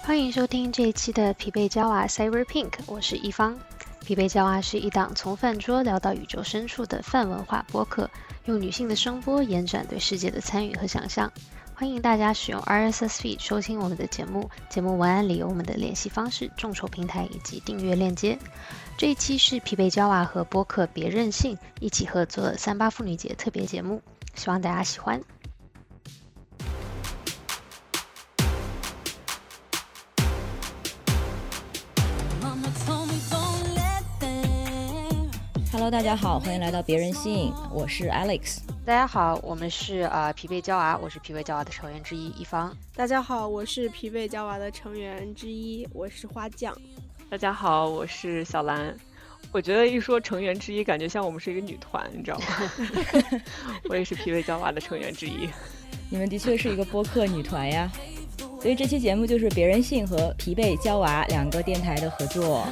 欢迎收听这一期的疲惫娇娃 Cyberpink， 我是一方。疲惫娇娃是一档从饭桌聊到宇宙深处的泛文化播客，用女性的声波延展对世界的参与和想象。欢迎大家使用 RSS feed 收听我们的节目，节目文案里有我们的联系方式、众筹平台以及订阅链接。这一期是疲惫娇娃和播客别任性一起合作的38妇女节特别节目，希望大家喜欢。 Hello， 大家好，欢迎来到别任性，我是 Alex。 大家好，我们是疲惫娇娃，我是疲惫娇娃的成员之一一方。 大家好，我是疲惫娇娃的成员之一，我是花酱。 大家好，我是小兰。我觉得一说成员之一，感觉像我们是一个女团，你知道吗？我也是疲惫娇娃的成员之一。 你们的确是一个播客女团呀。所以这期节目就是别任性和疲惫娇娃两个电台的合作。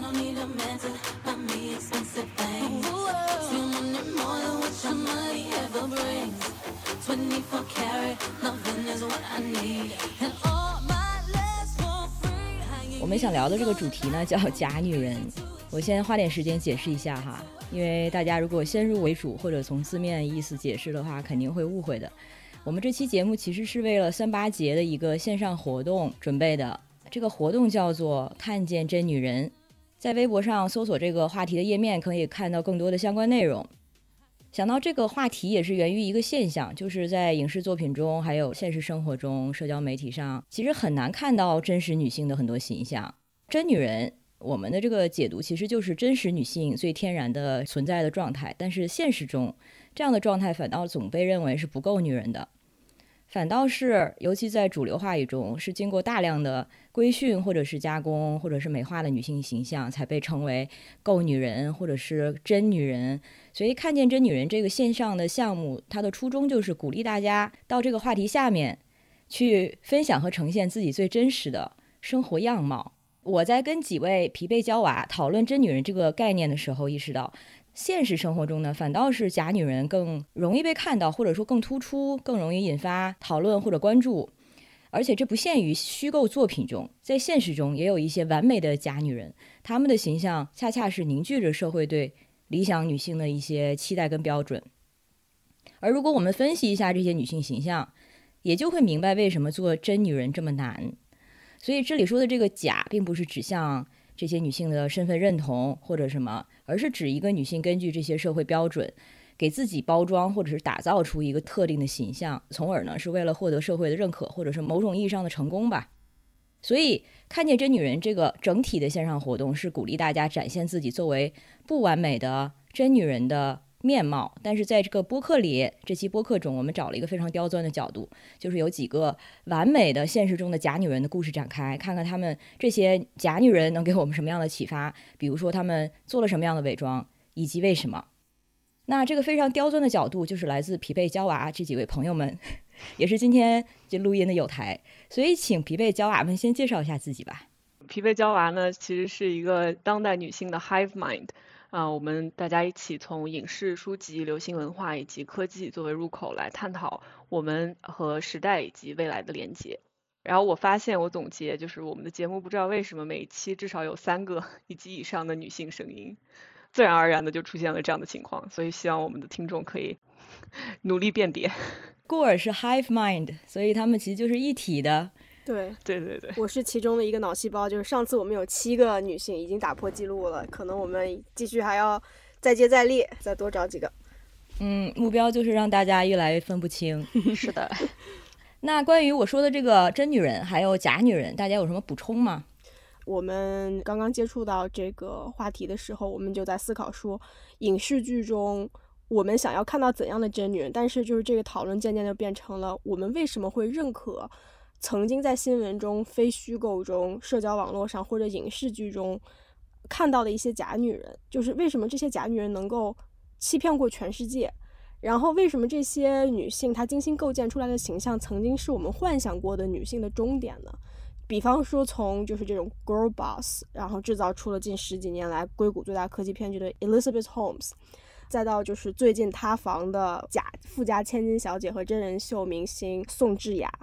我们想聊的这个主题呢叫假女人。我先花点时间解释一下哈，因为大家如果先入为主或者从字面意思解释的话肯定会误会的。我们这期节目其实是为了38节的一个线上活动准备的，这个活动叫做看见真女人。在微博上搜索这个话题的页面可以看到更多的相关内容。想到这个话题也是源于一个现象，就是在影视作品中还有现实生活中社交媒体上其实很难看到真实女性的很多形象。真女人我们的这个解读其实就是真实女性最天然的存在的状态，但是现实中这样的状态反倒总被认为是不够女人的，反倒是尤其在主流话语中是经过大量的规训或者是加工或者是美化的女性形象才被称为够女人或者是真女人。所以看见真女人这个线上的项目，它的初衷就是鼓励大家到这个话题下面去分享和呈现自己最真实的生活样貌。我在跟几位疲惫娇娃讨论真女人这个概念的时候意识到，现实生活中呢，反倒是假女人更容易被看到，或者说更突出，更容易引发讨论或者关注。而且这不限于虚构作品中，在现实中也有一些完美的假女人，她们的形象恰恰是凝聚着社会对理想女性的一些期待跟标准。而如果我们分析一下这些女性形象，也就会明白为什么做真女人这么难。所以这里说的这个假并不是指向这些女性的身份认同或者什么，而是指一个女性根据这些社会标准给自己包装或者是打造出一个特定的形象，从而呢是为了获得社会的认可或者是某种意义上的成功吧。所以看见真女人这个整体的线上活动是鼓励大家展现自己作为不完美的真女人的面貌，但是在这个播客里，这期播客中我们找了一个非常刁钻的角度，就是有几个完美的现实中的假女人的故事展开，看看他们这些假女人能给我们什么样的启发，比如说他们做了什么样的伪装以及为什么。那这个非常刁钻的角度就是来自疲惫娇娃这几位朋友们，也是今天这录音的友台，所以请疲惫娇娃们先介绍一下自己吧。 疲惫娇娃呢其实是一个当代女性的 hive mind，我们大家一起从影视、书籍、流行文化以及科技作为入口来探讨我们和时代以及未来的连接。然后我发现，我总结就是我们的节目不知道为什么每一期至少有3个以及以上的女性声音，自然而然的就出现了这样的情况，所以希望我们的听众可以努力辨别。 顾尔是 hive mind， 所以他们其实就是一体的。 对， 我是其中的一个脑细胞。就是上次我们有7个女性已经打破记录了，可能我们继续还要再接再厉，再多找几个。 目标就是让大家越来越分不清。 是的。 那关于我说的这个真女人还有假女人，大家有什么补充吗？ 我们刚刚接触到这个话题的时候，我们就在思考说，影视剧中我们想要看到怎样的真女人，但是就是这个讨论渐渐就变成了我们为什么会认可曾经在新闻中、非虚构中、社交网络上或者影视剧中看到的一些假女人，就是为什么这些假女人能够欺骗过全世界，然后为什么这些女性她精心构建出来的形象曾经是我们幻想过的女性的终点呢？比方说从就是这种 girl boss， 然后制造出了近10几年来硅谷最大科技骗局的 Elizabeth Holmes， 再到就是最近塌房的假富家千金小姐和真人秀明星宋智雅，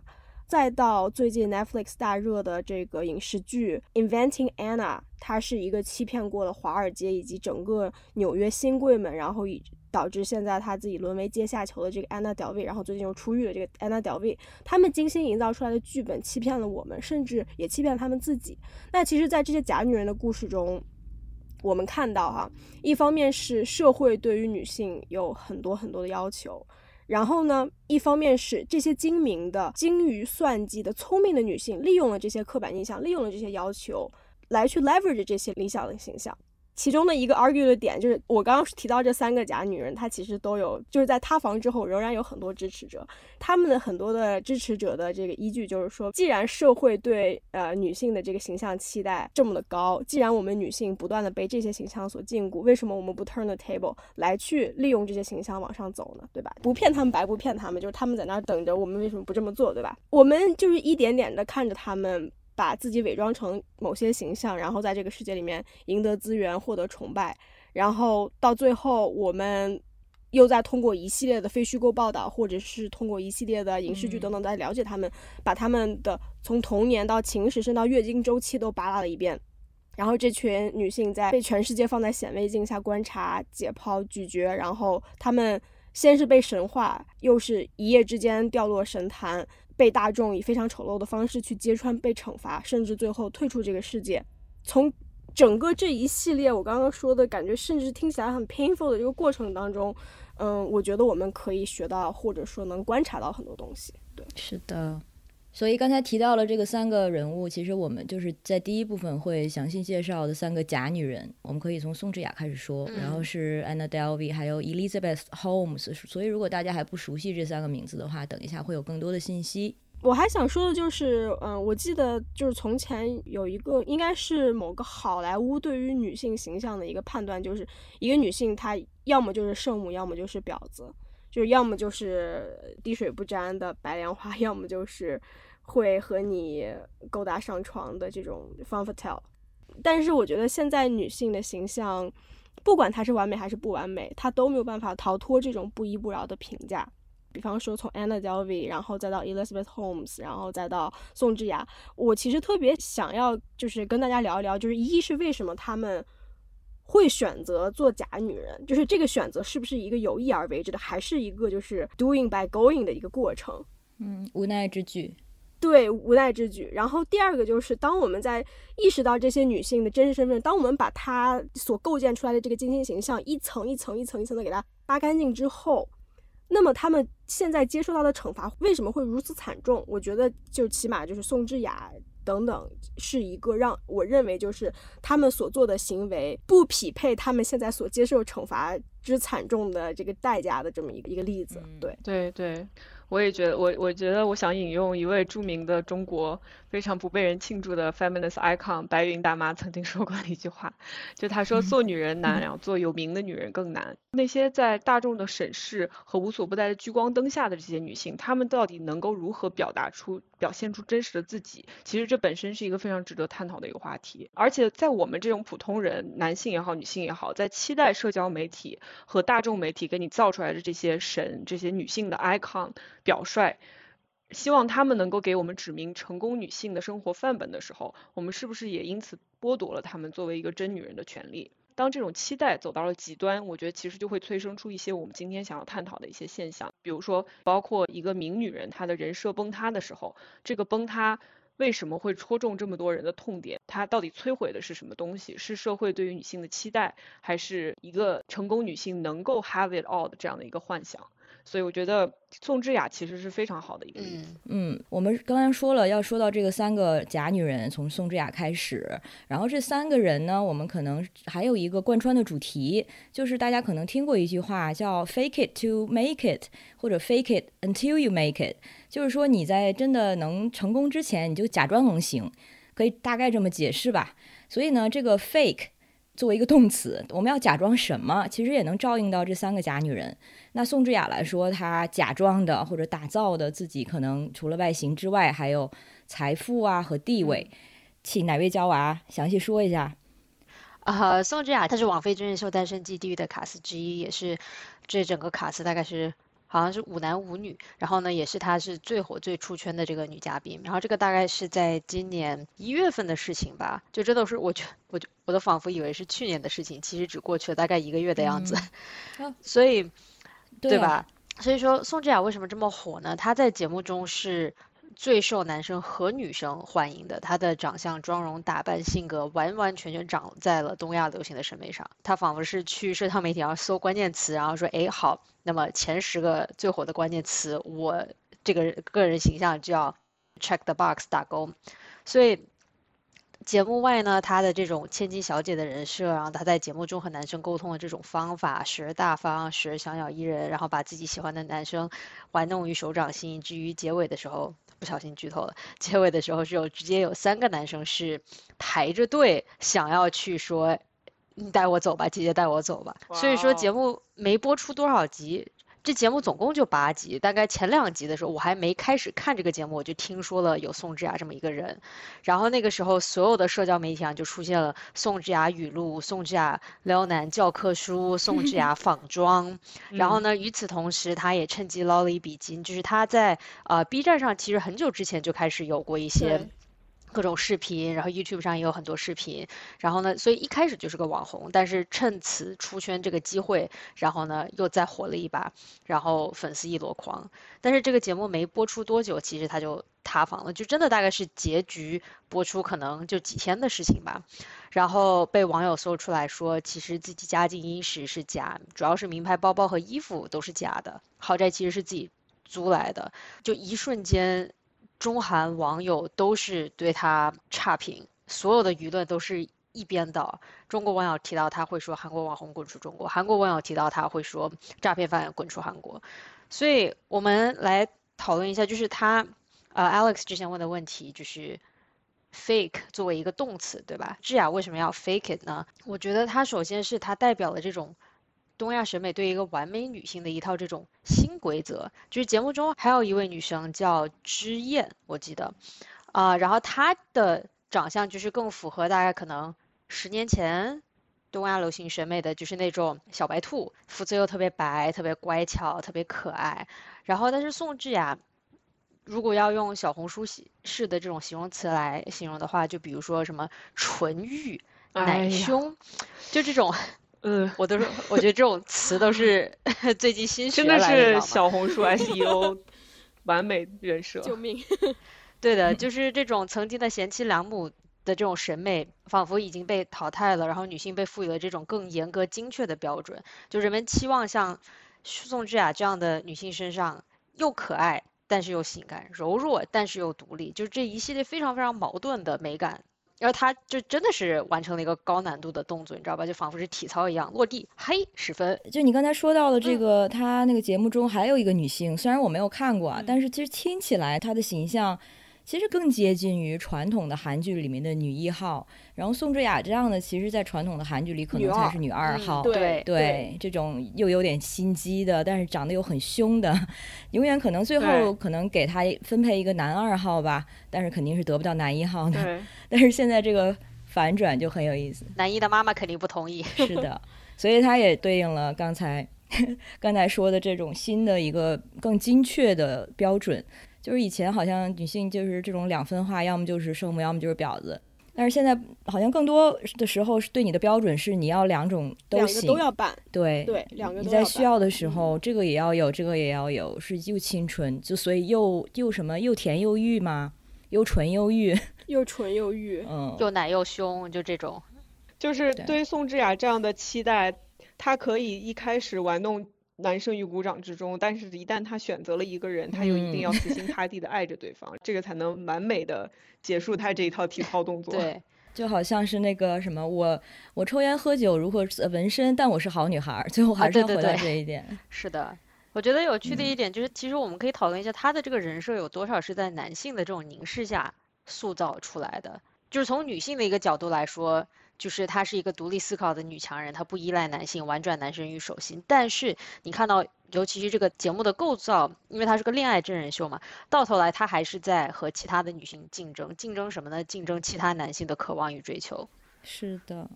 再到最近 Netflix 大热的这个影视剧 Inventing Anna， 它是一个欺骗过了华尔街以及整个纽约新贵们，然后导致现在他自己沦为阶下囚的这个 Anna Delvey， 然后最近又出狱了这个 Anna Delvey， 他们精心营造出来的剧本欺骗了我们，甚至也欺骗了他们自己。那其实在这些假女人的故事中，我们看到一方面是社会对于女性有很多很多的要求，然后呢，一方面是这些精明的、精于算计的、聪明的女性利用了这些刻板印象，利用了这些要求来去 leverage 这些理想的形象。其中的一个 argue 的点就是，我刚刚提到这3个假女人，她其实都有，就是在塌房之后仍然有很多支持者。他们的很多的支持者的这个依据就是说，既然社会对女性的这个形象期待这么的高，既然我们女性不断的被这些形象所禁锢，为什么我们不 turn the table 来去利用这些形象往上走呢？对吧？不骗他们白不骗他们，就是他们在那儿等着，我们为什么不这么做？对吧？我们就是一点点的看着他们把自己伪装成某些形象，然后在这个世界里面赢得资源，获得崇拜，然后到最后我们又在通过一系列的非虚构报道，或者是通过一系列的影视剧等等在了解他们，把他们的从童年到情史甚至到月经周期都扒拉了一遍。然后这群女性在被全世界放在显微镜下观察、解剖、咀嚼，然后她们先是被神化，又是一夜之间掉落神坛，被大众以非常丑陋的方式去揭穿，被惩罚，甚至最后退出这个世界。从整个这一系列我刚刚说的感觉甚至听起来很 painful 的这个过程当中，我觉得我们可以学到或者说能观察到很多东西。对， 是的。所以刚才提到了这个3个人物，其实我们就是在第一部分会详细介绍的3个假女人，我们可以从宋智雅开始说，然后是 Anna Delvey 还有 Elizabeth Holmes。 所以如果大家还不熟悉这3个名字的话，等一下会有更多的信息。 我还想说的就是，我记得就是从前有一个应该是某个好莱坞对于女性形象的一个判断，就是一个女性她要么就是圣母，要么就是婊子，就是要么就是滴水不沾的白莲花，要么就是会和你勾搭上床的这种 femme fatale。 但是我觉得现在女性的形象，不管她是完美还是不完美，她都没有办法逃脱这种不依不饶的评价。比方说从 Anna Delvey 然后再到 Elizabeth Holmes 然后再到宋智雅，我其实特别想要就是跟大家聊一聊，就是一是为什么他们会选择做假女人，就是这个选择是不是一个有意而为之的，还是一个就是 doing by going 的一个过程。 无奈之举。 对，无奈之举。然后第二个就是当我们在意识到这些女性的真实身份，当我们把她所构建出来的这个精心形象一层一层一层一层的给它扒干净之后，那么他们现在接受到的惩罚为什么会如此惨重？我觉得就起码就是宋智雅等等是一个让我认为就是他们所做的行为不匹配他们现在所接受惩罚之惨重的这个代价的这么一个例子。 对，我也觉得，我觉得我想引用一位著名的中国非常不被人庆祝的 feminist icon 白云大妈曾经说过的一句话，就她说做女人难，然后做有名的女人更难。那些在大众的审视和无所不在的聚光灯下的这些女性，她们到底能够如何表现出真实的自己，其实这本身是一个非常值得探讨的一个话题。而且在我们这种普通人，男性也好女性也好，在期待社交媒体和大众媒体给你造出来的这些神，这些女性的 icon 表率，希望他们能够给我们指明成功女性的生活范本的时候，我们是不是也因此剥夺了她们作为一个真女人的权利？当这种期待走到了极端，我觉得其实就会催生出一些我们今天想要探讨的一些现象，比如说包括一个名女人她的人设崩塌的时候，这个崩塌为什么会戳中这么多人的痛点？它到底摧毁的是什么东西？是社会对于女性的期待，还是一个成功女性能够 have it all 的这样的一个幻想？所以我觉得宋智雅其实是非常好的一个例子。 我们刚刚说了要说到这个3个假女人，从宋智雅开始，然后这3个人呢，我们可能还有一个贯穿的主题，就是大家可能听过一句话叫 fake it to make it， 或者 fake it until you make it， 就是说你在真的能成功之前，你就假装能行，可以大概这么解释吧。所以呢，这个 fake作为一个动词，我们要假装什么，其实也能照应到这3个假女人。那宋智雅来说，她假装的或者打造的自己，可能除了外形之外，还有财富啊和地位。请哪位娇娃详细说一下？ 宋智雅她是王菲真人秀诞生季地狱的卡司之一，也是这整个卡司大概是好像是5男5女，然后呢，也是她是最火最出圈的这个女嘉宾。然后这个大概是在今年1月份的事情吧，就这都是我都仿佛以为是去年的事情，其实只过去了大概1个月的样子。所以，对吧？所以说宋智雅为什么这么火呢？她在节目中是最受男生和女生欢迎的，她的长相、妆容、打扮、性格完完全全长在了东亚流行的审美上。她仿佛是去社交媒体上搜关键词，然后说，哎，好，那么前10个最火的关键词，我这个个人形象就要 check the box 打勾。所以节目外呢，她的这种千金小姐的人设，然后她在节目中和男生沟通的这种方法，时而大方，时而小鸟依人，然后把自己喜欢的男生玩弄于手掌心。至于结尾的时候，不小心剧透了，结尾的时候直接有3个男生是排着队想要去说，你带我走吧，姐姐带我走吧。所以说节目没播出多少集。这节目总共就8集，大概前2集的时候，我还没开始看这个节目，我就听说了有宋智雅这么一个人，然后那个时候所有的社交媒体上就出现了宋智雅语录、宋智雅撩男教科书、宋智雅仿妆，然后呢，与此同时，他也趁机捞了一笔金，就是他在B 站上其实很久之前就开始有过一些各种视频，然后 YouTube 上也有很多视频，然后呢，所以一开始就是个网红，但是趁此出圈这个机会，然后呢又再火了一把，然后粉丝一箩筐。但是这个节目没播出多久，其实他就塌房了，就真的大概是结局播出可能就几天的事情吧。然后被网友搜出来说，其实自己家境殷实是假，主要是名牌包包和衣服都是假的，豪宅其实是自己租来的。就一瞬间，中韩网友都是对他差评，所有的舆论都是一边倒。中国网友提到他会说韩国网红滚出中国，韩国网友提到他会说诈骗犯滚出韩国。所以我们来讨论一下，就是他Alex 之前问的问题，就是 fake 作为一个动词，对吧？智雅为什么要 fake it 呢？我觉得它首先是它代表了这种东亚审美对一个完美女性的一套这种新规则。就是节目中还有一位女生叫知燕，我记得然后她的长相就是更符合大概可能10年前东亚流行审美的，就是那种小白兔，肤色又特别白，特别乖巧，特别可爱。然后但是宋智雅，如果要用小红书式的这种形容词来形容的话，就比如说什么纯欲、奶胸，就这种。我觉得这种词都是最近新学来的， 真的是小红书 SEO 完美人设。 救命！ 对的，就是这种曾经的贤妻良母的这种审美，仿佛已经被淘汰了，然后女性被赋予了这种更严格精确的标准，就人们期望像宋智雅这样的女性身上又可爱但是又性感，柔弱但是又独立，就是这一系列非常非常矛盾的美感。然后他就真的是完成了一个高难度的动作，你知道吧？就仿佛是体操一样，落地，嘿，10分。 就你刚才说到的这个，他那个节目中还有一个女性，虽然我没有看过，但是其实听起来她的形象其实更接近于传统的韩剧里面的女1号。然后宋智雅这样的，其实在传统的韩剧里可能才是女2号。 对， 这种又有点心机的，但是长得又很凶的，永远可能最后可能给她分配一个男2号吧，但是肯定是得不到男1号的。但是现在这个反转就很有意思， 男1的妈妈肯定不同意。 是的，所以她也对应了刚才说的这种新的一个更精确的标准。就是以前好像女性就是这种2分化，要么就是圣母，要么就是婊子。但是现在好像更多的时候是对你的标准是你要2种都行， 两个都要办。 对 2个都要办。 你在需要的时候，这个也要有，这个也要有，是又清纯，就所以又什么又甜又欲吗？又纯又欲， 又纯又欲， 又奶又凶，就这种。 就是对宋智雅这样的期待，她可以一开始玩弄男生于股掌之中，但是一旦他选择了一个人，他又一定要死心塌地的爱着对方，这个才能完美的结束他这一套体操动作。 对， 就好像是那个什么，我抽烟喝酒如何纹身，但我是好女孩，最后还是要回到这一点。 是的，我觉得有趣的一点就是，其实我们可以讨论一下他的这个人设有多少是在男性的这种凝视下塑造出来的。就是从女性的一个角度来说，就是她是一个独立思考的女强人，她不依赖男性，婉转男生于手心。但是你看到，尤其是这个节目的构造，因为它是个恋爱真人秀嘛，到头来她还是在和其他的女性竞争什么呢？竞争其他男性的渴望与追求。 是的，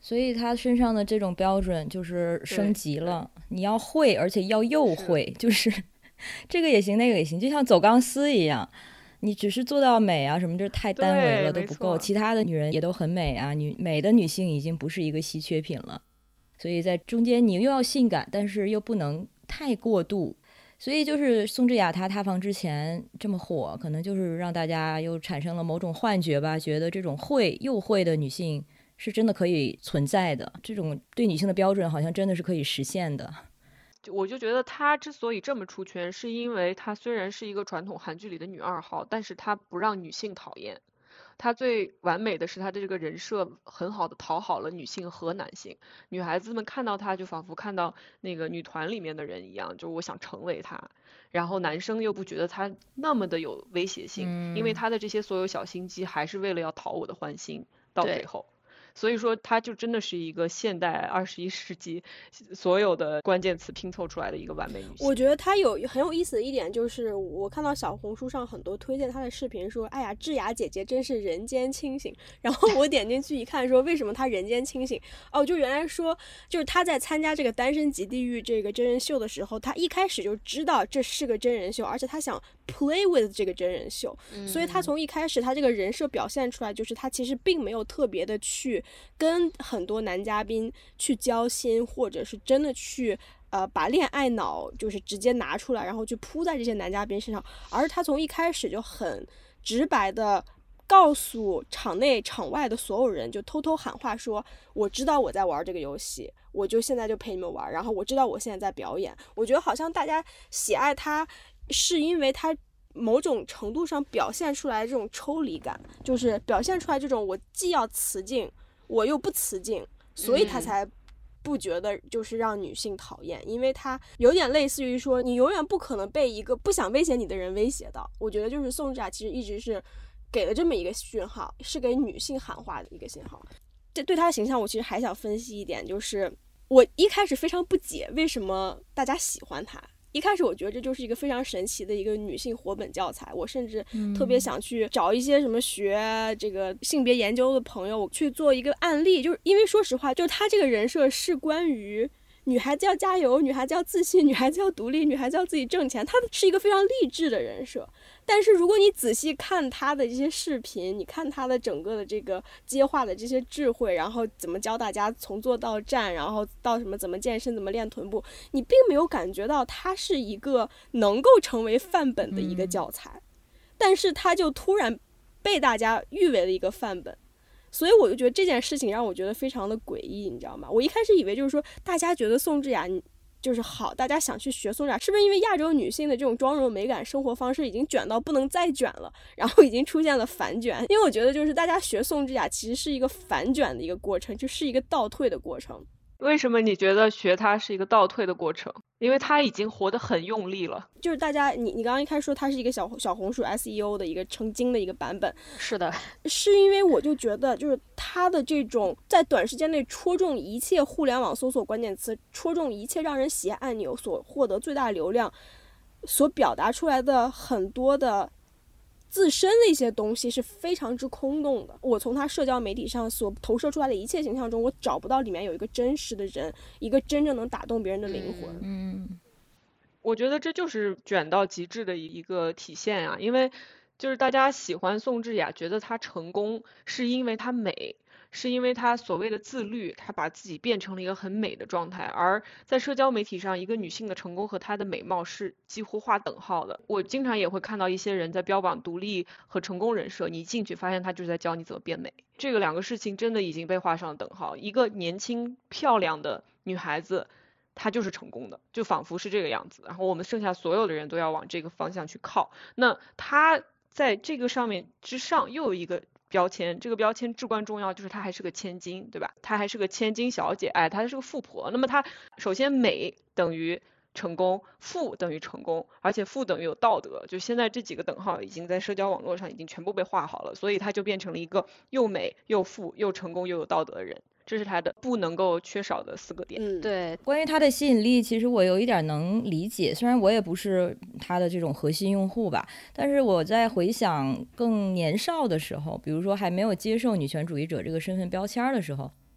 所以他身上的这种标准就是升级了，你要会，而且要又会，就是这个也行那个也行，就像走钢丝一样，你只是做到美啊什么，这太单维了都不够，其他的女人也都很美啊，美的女性已经不是一个稀缺品了。所以在中间你又要性感，但是又不能太过度。所以就是宋智雅她塌房之前这么火，可能就是让大家又产生了某种幻觉吧，觉得这种又会的女性是真的可以存在的，这种对女性的标准好像真的是可以实现的。 我就觉得她之所以这么出圈，是因为她虽然是一个传统韩剧里的女二号，但是她不让女性讨厌。她最完美的是她的这个人设很好的讨好了女性和男性，女孩子们看到她就仿佛看到那个女团里面的人一样，就我想成为她。然后男生又不觉得她那么的有威胁性，因为她的这些所有小心机还是为了要讨我的欢心，到最后。所以说她就真的是一个现代21世纪所有的关键词拼凑出来的一个完美女性。 我觉得她很有意思的一点就是，我看到小红书上很多推荐她的视频说，哎呀，智雅姐姐真是人间清醒。然后我点进去一看，说为什么她人间清醒？哦，就原来说就是她在参加这个《单身即地狱》这个真人秀的时候，她一开始就知道这是个真人秀，而且她想 play with 这个真人秀，所以她从一开始她这个人设表现出来，就是她其实并没有特别的去跟很多男嘉宾去交心，或者是真的去把恋爱脑就是直接拿出来，然后去扑在这些男嘉宾身上，而他从一开始就很直白的告诉场内场外的所有人，就偷偷喊话说，我知道我在玩这个游戏，我就现在就陪你们玩，然后我知道我现在在表演。我觉得好像大家喜爱他是因为他某种程度上表现出来这种抽离感，就是表现出来这种我既要雌竞我又不雌竞，所以他才不觉得就是让女性讨厌，因为他有点类似于说你永远不可能被一个不想威胁你的人威胁到。我觉得就是宋智雅其实一直是给了这么一个讯号，是给女性喊话的一个信号。这对她的形象我其实还想分析一点，就是我一开始非常不解为什么大家喜欢她。一开始我觉得这就是一个非常神奇的一个女性活本教材，我甚至特别想去找一些什么学这个性别研究的朋友去做一个案例，就是因为说实话，就是她这个人设是关于女孩子要加油，女孩子要自信，女孩子要独立，女孩子要自己挣钱，她是一个非常励志的人设。但是如果你仔细看她的这些视频，你看她的整个的这个接话的这些智慧，然后怎么教大家从坐到站，然后到什么怎么健身，怎么练臀部，你并没有感觉到她是一个能够成为范本的一个教材，但是她就突然被大家誉为了一个范本。所以我就觉得这件事情让我觉得非常的诡异，你知道吗？我一开始以为就是说大家觉得宋智雅就是好，大家想去学宋智雅，是不是因为亚洲女性的这种妆容美感生活方式已经卷到不能再卷了，然后已经出现了反卷？因为我觉得就是大家学宋智雅其实是一个反卷的一个过程，就是一个倒退的过程。 为什么你觉得学它是一个倒退的过程？因为他已经活得很用力了。 就是大家你刚刚一开始说它是一个小红书 SEO 的一个成精的一个版本， 是的， 是因为我就觉得就是它的这种在短时间内戳中一切互联网搜索关键词，戳中一切让人喜爱按钮所获得最大流量，所表达出来的很多的自身的一些东西是非常之空洞的。我从他社交媒体上所投射出来的一切形象中，我找不到里面有一个真实的人，一个真正能打动别人的灵魂。 我觉得这就是卷到极致的一个体现啊，因为就是大家喜欢宋智雅，觉得她成功是因为她美，是因为她所谓的自律，她把自己变成了一个很美的状态。而在社交媒体上，一个女性的成功和她的美貌是几乎划等号的。我经常也会看到一些人在标榜独立和成功人设，你一进去发现他就是在教你怎么变美。这个两个事情真的已经被画上了等号。一个年轻漂亮的女孩子，她就是成功的，就仿佛是这个样子，然后我们剩下所有的人都要往这个方向去靠。那她在这个上面之上又有一个标签，这个标签至关重要，就是她还是个千金，对吧？她还是个千金小姐，哎，她是个富婆。那么她首先美等于成功，富等于成功，而且富等于有道德。就现在这几个等号已经在社交网络上已经全部被画好了，所以她就变成了一个又美又富又成功又有道德的人。这是他的不能够缺少的4个点。 对，关于他的吸引力，其实我有一点能理解，虽然我也不是他的这种核心用户吧，但是我在回想更年少的时候，比如说还没有接受女权主义者这个身份标签的时候，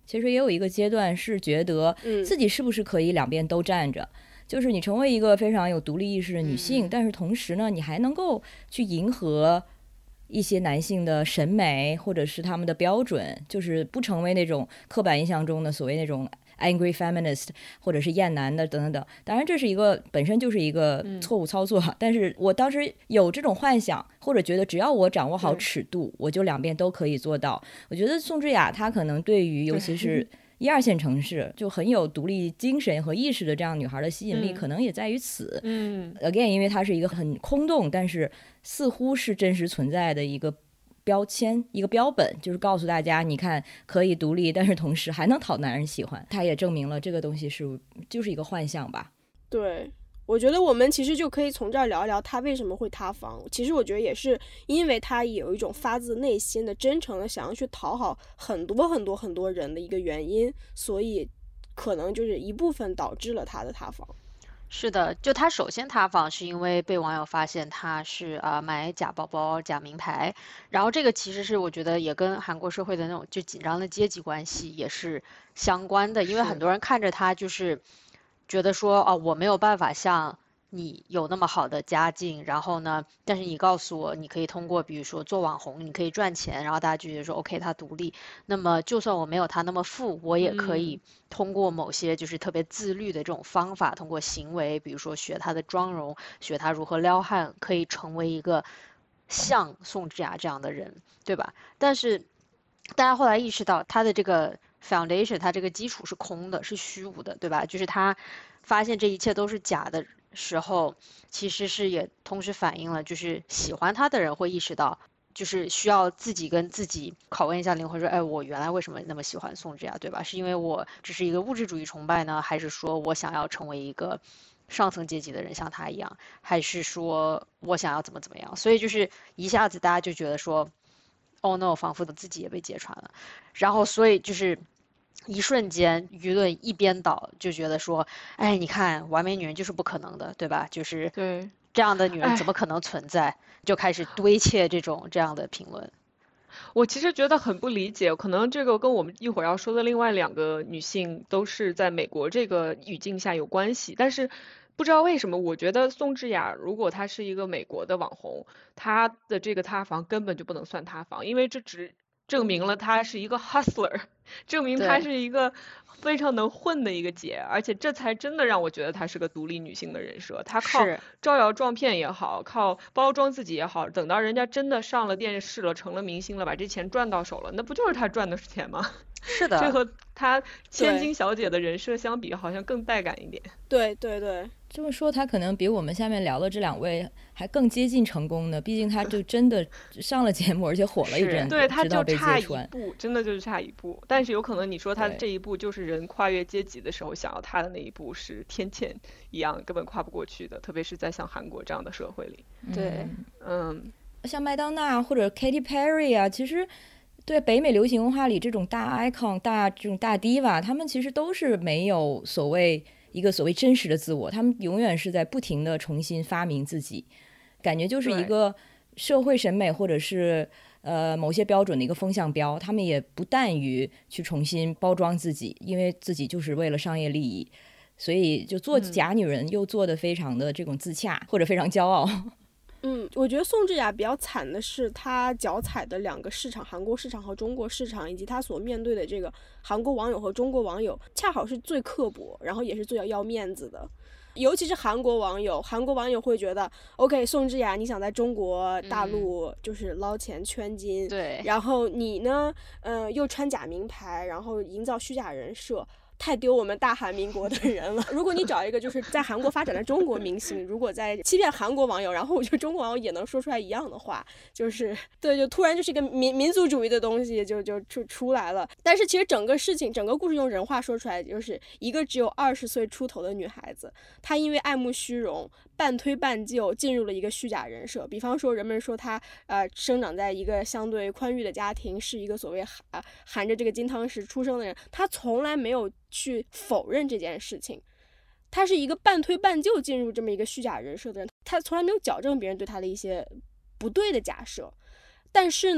其实也有一个阶段是觉得自己是不是可以两边都站着，就是你成为一个非常有独立意识的女性，但是同时呢，你还能够去迎合一些男性的审美或者是他们的标准，就是不成为那种刻板印象中的所谓那种 angry feminist 或者是厌男的等等等。当然这是一个本身就是一个错误操作，但是我当时有这种幻想，或者觉得只要我掌握好尺度，我就两边都可以做到。我觉得宋智雅她可能对于尤其是一二线城市就很有独立精神和意识的这样女孩的吸引力，可能也在于此。again 因为它是一个很空洞但是似乎是真实存在的一个标签，一个标本，就是告诉大家你看可以独立，但是同时还能讨男人喜欢。它也证明了这个东西就是一个幻象吧。 对，我觉得我们其实就可以从这儿聊一聊他为什么会塌房。其实我觉得也是因为他有一种发自内心的真诚的想要去讨好很多很多很多人的一个原因，所以可能就是一部分导致了他的塌房。 是的，就他首先塌房是因为被网友发现他是买假包包、假名牌，然后这个其实是我觉得也跟韩国社会的那种就紧张的阶级关系也是相关的，因为很多人看着他就是觉得说我没有办法像你有那么好的家境，然后呢，但是你告诉我你可以通过比如说做网红你可以赚钱，然后大家就觉得说 OK 他独立，那么就算我没有他那么富，我也可以通过某些就是特别自律的这种方法，通过行为，比如说学他的妆容，学他如何撩汉，可以成为一个像宋智雅这样的人，对吧？但是大家后来意识到他的这个 foundation， 他这个基础是空的，是虚无的，对吧？就是他发现这一切都是假的时候，其实是也同时反映了，就是喜欢他的人会意识到，就是需要自己跟自己拷问一下灵魂，说，哎，我原来为什么那么喜欢宋智雅，对吧？是因为我只是一个物质主义崇拜呢，还是说我想要成为一个上层阶级的人，像他一样，还是说我想要怎么样？所以就是一下子大家就觉得说，Oh no，仿佛自己也被揭穿了，然后所以就是一瞬间舆论一边倒，就觉得说，哎，你看完美女人就是不可能的，对吧？就是对这样的女人怎么可能存在？就开始堆砌这样的评论。 我其实觉得很不理解，可能这个跟我们一会儿要说的另外两个女性都是在美国这个语境下有关系，但是不知道为什么，我觉得宋智雅如果她是一个美国的网红，她的这个塌房根本就不能算塌房，因为这只证明了她是一个 hustler， 证明她是一个非常能混的一个姐，而且这才真的让我觉得她是个独立女性的人设。她靠招摇撞骗也好，靠包装自己也好，等到人家真的上了电视了，成了明星了，把这钱赚到手了，那不就是她赚的钱吗？ 是的， 这和她千金小姐的人设相比，好像更带感一点。 对对对， 这么说她可能比我们下面聊的这两位还更接近成功呢，毕竟她就真的上了节目，而且火了一阵子， 对，她就差一步， 真的就是差一步。但是有可能你说她这一步就是人跨越阶级的时候想要她的那一步是天堑一样根本跨不过去的，特别是在像韩国这样的社会里。 对， 像麦当娜或者 Katy Perry 啊，其实对北美流行文化里这种大 icon 这种大 diva， 他们其实都是没有一个所谓真实的自我，他们永远是在不停的重新发明自己，感觉就是一个社会审美或者是某些标准的一个风向标，他们也不惮于去重新包装自己，因为自己就是为了商业利益，所以就做假女人又做得非常的这种自洽，或者非常骄傲。 我觉得宋智雅比较惨的是她脚踩的两个市场，韩国市场和中国市场，以及她所面对的这个韩国网友和中国网友，恰好是最刻薄，然后也是最要面子的。尤其是韩国网友会觉得 OK， 宋智雅你想在中国大陆就是捞钱圈金， 对， 然后你呢又穿假名牌，然后营造虚假人设，太丢我们大韩民国的人了。如果你找一个就是在韩国发展的中国明星，如果在欺骗韩国网友，然后我觉得中国网友也能说出来一样的话，就是对，就突然就是一个民族主义的东西就出来了。但是其实整个故事用人话说出来，就是一个只有20岁出头的女孩子，她因为爱慕虚荣，半推半就进入了一个虚假人设。比方说人们说她生长在一个相对宽裕的家庭，是一个所谓含着这个金汤匙出生的人，她从来没有去否认这件事情，他是一个半推半就进入这么一个虚假人设的人，他从来没有矫正别人对他的一些不对的假设。但是呢，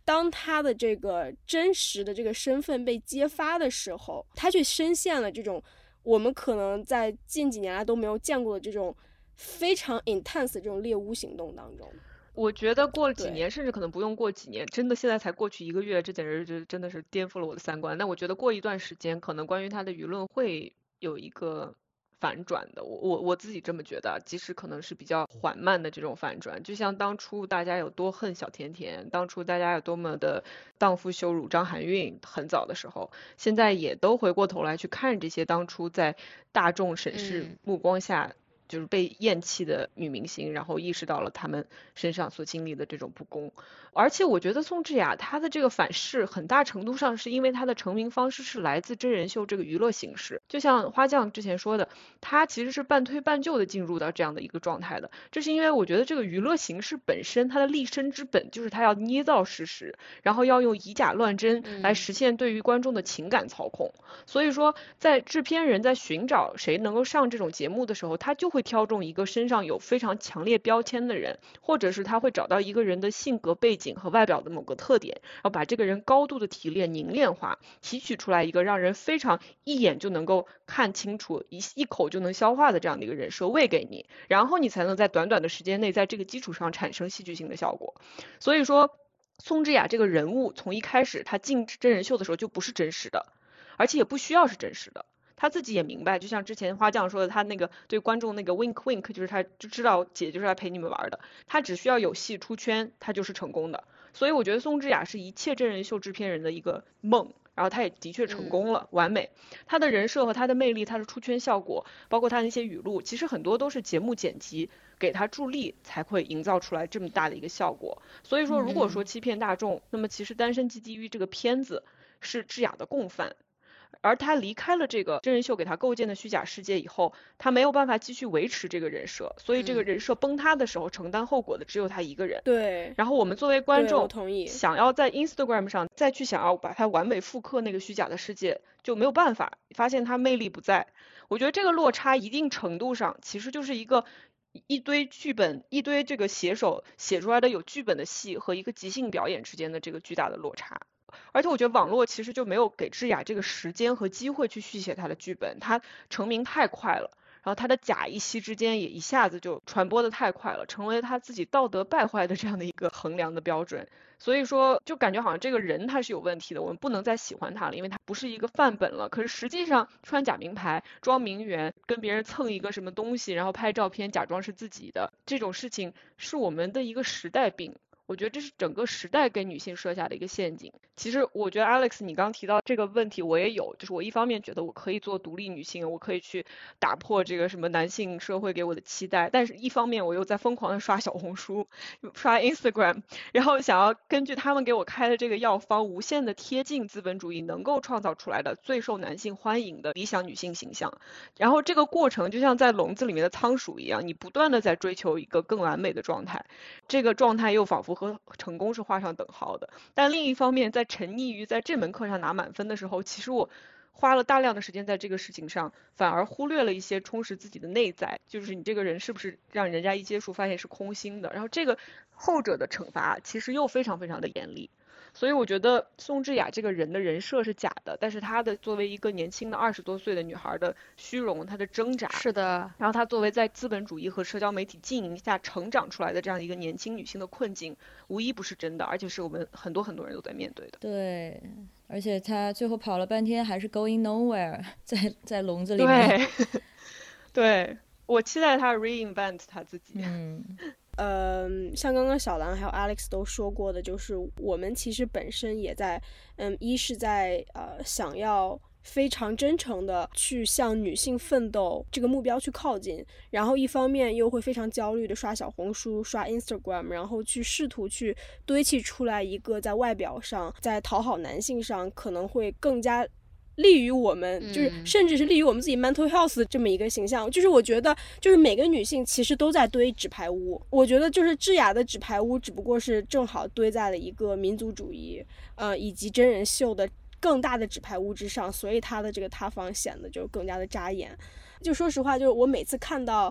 当他的这个真实的这个身份被揭发的时候，他却深陷了这种我们可能在近几年来都没有见过的这种非常 intense 的这种猎巫行动当中。 我觉得过了几年，甚至可能不用过几年，真的现在才过去1个月，这简直就真的是颠覆了我的三观。但我觉得过一段时间，可能关于他的舆论会有一个反转的，我自己这么觉得，即使可能是比较缓慢的这种反转。就像当初大家有多恨小甜甜，当初大家有多么的荡妇羞辱张含韵，很早的时候，现在也都回过头来去看这些当初在大众审视目光下就是被厌弃的女明星，然后意识到了她们身上所经历的这种不公。而且我觉得宋智雅她的这个反噬很大程度上是因为她的成名方式是来自真人秀这个娱乐形式，就像花酱之前说的，她其实是半推半就的进入到这样的一个状态的。这是因为我觉得这个娱乐形式本身它的立身之本就是它要捏造事实，然后要用以假乱真来实现对于观众的情感操控。所以说在制片人在寻找谁能够上这种节目的时候，他就会挑中一个身上有非常强烈标签的人，或者是他会找到一个人的性格背景和外表的某个特点，然后把这个人高度的提炼凝练化，提取出来一个让人非常一眼就能够看清楚，一口就能消化的这样的一个人设喂给你，然后你才能在短短的时间内在这个基础上产生戏剧性的效果。所以说宋智雅这个人物从一开始他进真人秀的时候就不是真实的，而且也不需要是真实的。他自己也明白，就像之前花酱说的，他那个对观众那个 wink wink， 就是他就知道姐就是来陪你们玩的，他只需要有戏出圈，他就是成功的。所以我觉得宋智雅是一切真人秀制片人的一个梦，然后他也的确成功了，完美。他的人设和他的魅力，他的出圈效果，包括他那些语录，其实很多都是节目剪辑给他助力才会营造出来这么大的一个效果。所以说如果说欺骗大众，那么其实《单身即地狱》这个片子是智雅的共犯。而他离开了这个真人秀给他构建的虚假世界以后，他没有办法继续维持这个人设，所以这个人设崩塌的时候，承担后果的只有他一个人。 对。 然后我们作为观众， 同意， 想要在 Instagram 上再去想要把它完美复刻那个虚假的世界，就没有办法，发现它魅力不在。我觉得这个落差一定程度上其实就是一堆剧本，一堆这个写手写出来的有剧本的戏和一个即兴表演之间的这个巨大的落差。而且我觉得网络其实就没有给智雅这个时间和机会去续写她的剧本，她成名太快了，然后她的假一夕之间也一下子就传播的太快了，成为她自己道德败坏的这样的一个衡量的标准。所以说就感觉好像这个人他是有问题的，我们不能再喜欢他了，因为他不是一个范本了。可是实际上穿假名牌装名媛跟别人蹭一个什么东西，然后拍照片假装是自己的，这种事情是我们的一个时代病。我觉得这是整个时代给女性设下的一个陷阱。其实我觉得 Alex 你刚提到这个问题我也有，就是我一方面觉得我可以做独立女性，我可以去打破这个什么男性社会给我的期待，但是一方面我又在疯狂的刷小红书刷 Instagram， 然后想要根据他们给我开的这个药方无限的贴近资本主义能够创造出来的最受男性欢迎的理想女性形象，然后这个过程就像在笼子里面的仓鼠一样，你不断的在追求一个更完美的状态，这个状态又仿佛和成功是画上等号的。但另一方面在沉溺于在这门课上拿满分的时候，其实我花了大量的时间在这个事情上，反而忽略了一些充实自己的内在，就是你这个人是不是让人家一接触发现是空心的，然后这个后者的惩罚其实又非常非常的严厉。所以我觉得宋智雅这个人的人设是假的，但是她的作为一个年轻的20多岁的女孩的虚荣，她的挣扎， 是的， 然后她作为在资本主义和社交媒体经营下成长出来的这样一个年轻女性的困境，无一不是真的，而且是我们很多人都在面对的。 对，而且她最后跑了半天还是 going nowhere， 在笼子里面。 对，我期待她 reinvent 她自己。 像刚刚小兰还有 Alex 都说过的，就是我们其实本身也在，一是在想要非常真诚的去向女性奋斗这个目标去靠近，然后一方面又会非常焦虑的刷小红书刷 Instagram， 然后去试图去堆砌出来一个在外表上在讨好男性上可能会更加利于我们，就是甚至是利于我们自己 mental health 这么一个形象。就是我觉得就是每个女性其实都在堆纸牌屋，我觉得就是智雅的纸牌屋只不过是正好堆在了一个民族主义以及真人秀的更大的纸牌屋之上，所以她的这个塌房显得就更加的扎眼。就说实话，就是我每次看到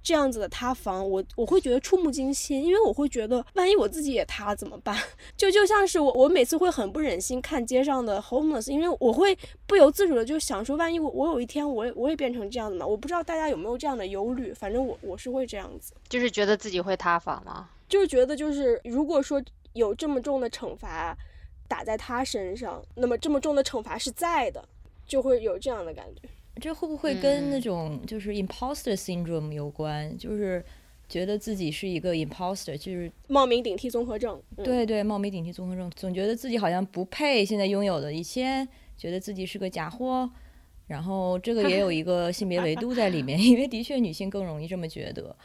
这样子的塌房，我会觉得触目惊心，因为我会觉得万一我自己也塌怎么办？就像是我每次会很不忍心看街上的 homeless， 因为我会不由自主的就想说，万一我有一天我也变成这样的呢？我不知道大家有没有这样的忧虑，反正我是会这样子， 就是觉得自己会塌房吗？ 就是觉得就是如果说有这么重的惩罚打在他身上，那么这么重的惩罚是在的，就会有这样的感觉。 这会不会跟那种就是 imposter syndrome 有关？就是觉得自己是一个 imposter， 就是冒名顶替综合症。 对，冒名顶替综合症，总觉得自己好像不配现在拥有的一切，觉得自己是个假货。然后这个也有一个性别维度在里面，因为的确女性更容易这么觉得。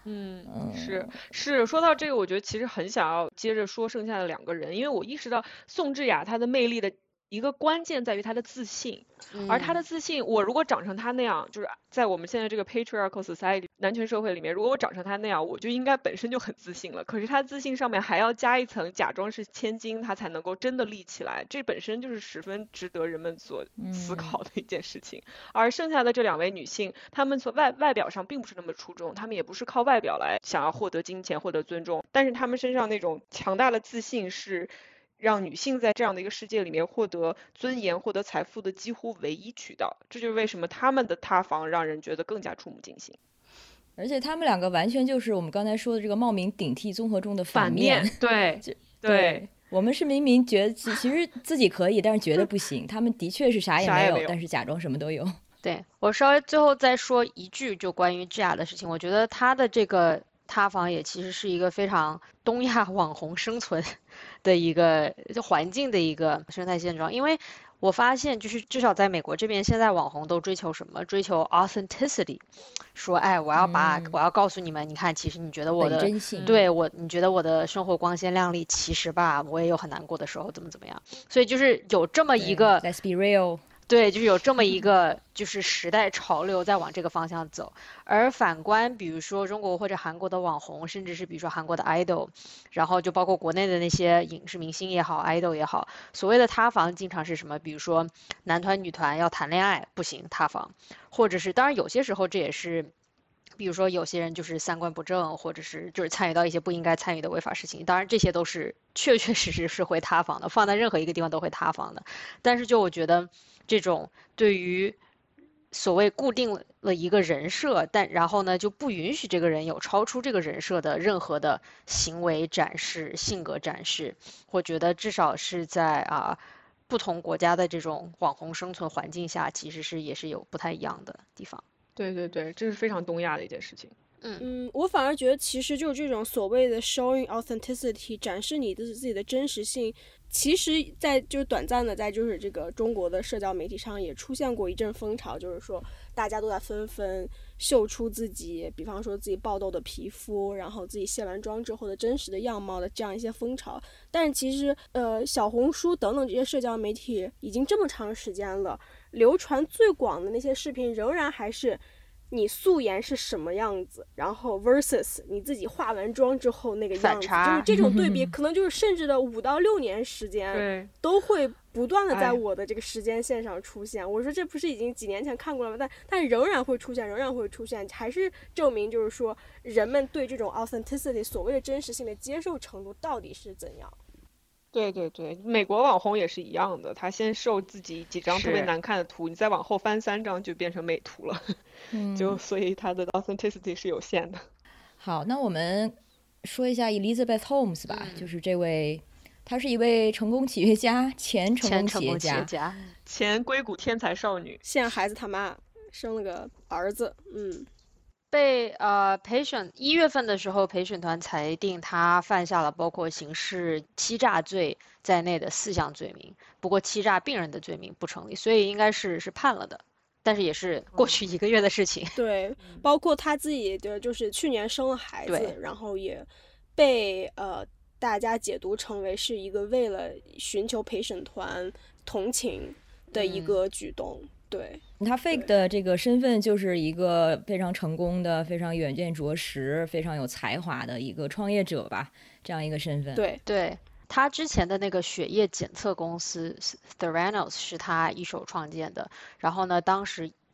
是，说到这个，我觉得其实很想要接着说剩下的2个人，因为我意识到宋智雅她的魅力的一个关键在于她的自信，而她的自信，我如果长成她那样，就是在我们现在这个 patriarchal society 男权社会里面，如果我长成她那样，我就应该本身就很自信了。可是她自信上面还要加一层假装是千金，她才能够真的立起来，这本身就是十分值得人们所思考的一件事情。而剩下的这2位女性，她们从外表上并不是那么出众，她们也不是靠外表来想要获得金钱、获得尊重，但是她们身上那种强大的自信是让女性在这样的一个世界里面获得尊严、获得财富的几乎唯一渠道，这就是为什么她们的塌房让人觉得更加触目惊心。 而且他们2个完全就是我们刚才说的这个冒名顶替综合中的反面。 对， 我们是明明觉得其实自己可以，但是觉得不行。他们的确是啥也没有，但是假装什么都有。 对，我稍微最后再说一句，就关于智雅的事情，我觉得她的这个塌房也其实是一个非常东亚网红生存的一个环境的一个生态现状，因为我发现就是至少在美国这边，现在网红都追求什么？追求 authenticity， 说哎，我要告诉你们，你看，其实你觉得我的真性， 对你觉得我的生活光鲜亮丽，其实吧，我也有很难过的时候，怎么样？所以就是有这么一个 Let's be real。 对，就是有这么一个就是时代潮流在往这个方向走，而反观比如说中国或者韩国的网红，甚至是比如说韩国的 idol， 然后就包括国内的那些影视明星也好 idol 也好，所谓的塌房经常是什么？比如说男团女团要谈恋爱不行塌房，或者是当然有些时候这也是比如说有些人就是三观不正，或者是就是参与到一些不应该参与的违法事情，当然这些都是确实是会塌房的，放在任何一个地方都会塌房的。但是就我觉得这种对于所谓固定了一个人设，但然后呢就不允许这个人有超出这个人设的任何的行为展示、性格展示，我觉得至少是在不同国家的这种网红生存环境下，其实也是有不太一样的地方。 对，这是非常东亚的一件事情。 我反而觉得其实就是这种所谓的 showing authenticity， 展示你的自己的真实性，其实在就是短暂的在就是这个中国的社交媒体上也出现过一阵风潮，就是说大家都在纷纷秀出自己，比方说自己爆痘的皮肤，然后自己卸完妆之后的真实的样貌的这样一些风潮。但是其实小红书等等这些社交媒体已经这么长时间了，流传最广的那些视频仍然还是你素颜是什么样子，然后 versus 你自己化完妆之后那个样子，就是这种对比可能就是甚至的5到6年时间都会不断的在我的这个时间线上出现。我说这不是已经几年前看过了吗？但仍然会出现，还是证明就是说人们对这种 authenticity 所谓的真实性的接受程度到底是怎样。 对，美国网红也是一样的，他先秀自己几张特别难看的图，你再往后翻3张就变成美图了，就所以他的 authenticity 是有限的。 好，那我们说一下 Elizabeth Holmes 吧，就是这位，她是一位成功企业家，前成功企业家， 前硅谷天才少女， 现在孩子他妈生了个儿子， 被陪审1月份的时候，陪审团裁定他犯下了包括刑事欺诈罪在内的4项罪名，不过欺诈病人的罪名不成立，所以应该是判了的，但是也是过去1个月的事情。 对，包括他自己的就是去年生了孩子，然后也被大家解读成为是一个为了寻求陪审团同情的一个举动。对， 他 fake 的这个身份就是一个非常成功的、非常远见卓识、非常有才华的一个创业者吧，这样一个身份。 对，他之前的那个血液检测公司 Theranos 是他一手创建的，然后呢，当时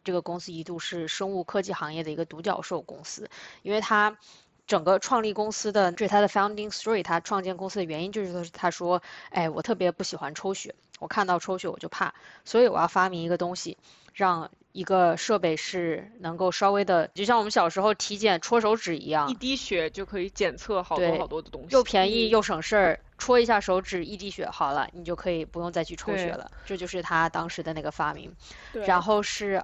这个公司一度是生物科技行业的一个独角兽公司，因为它整个创立公司的，这是他的 founding story， 他创建公司的原因就是他说，哎，我特别不喜欢抽血，我看到抽血我就怕，所以我要发明一个东西，让一个设备是能够稍微的，就像我们小时候体检戳手指一样， 一滴血就可以检测好多好多的东西， 又便宜又省事儿，戳一下手指一滴血好了，你就可以不用再去抽血了，这就是他当时的那个发明。然后是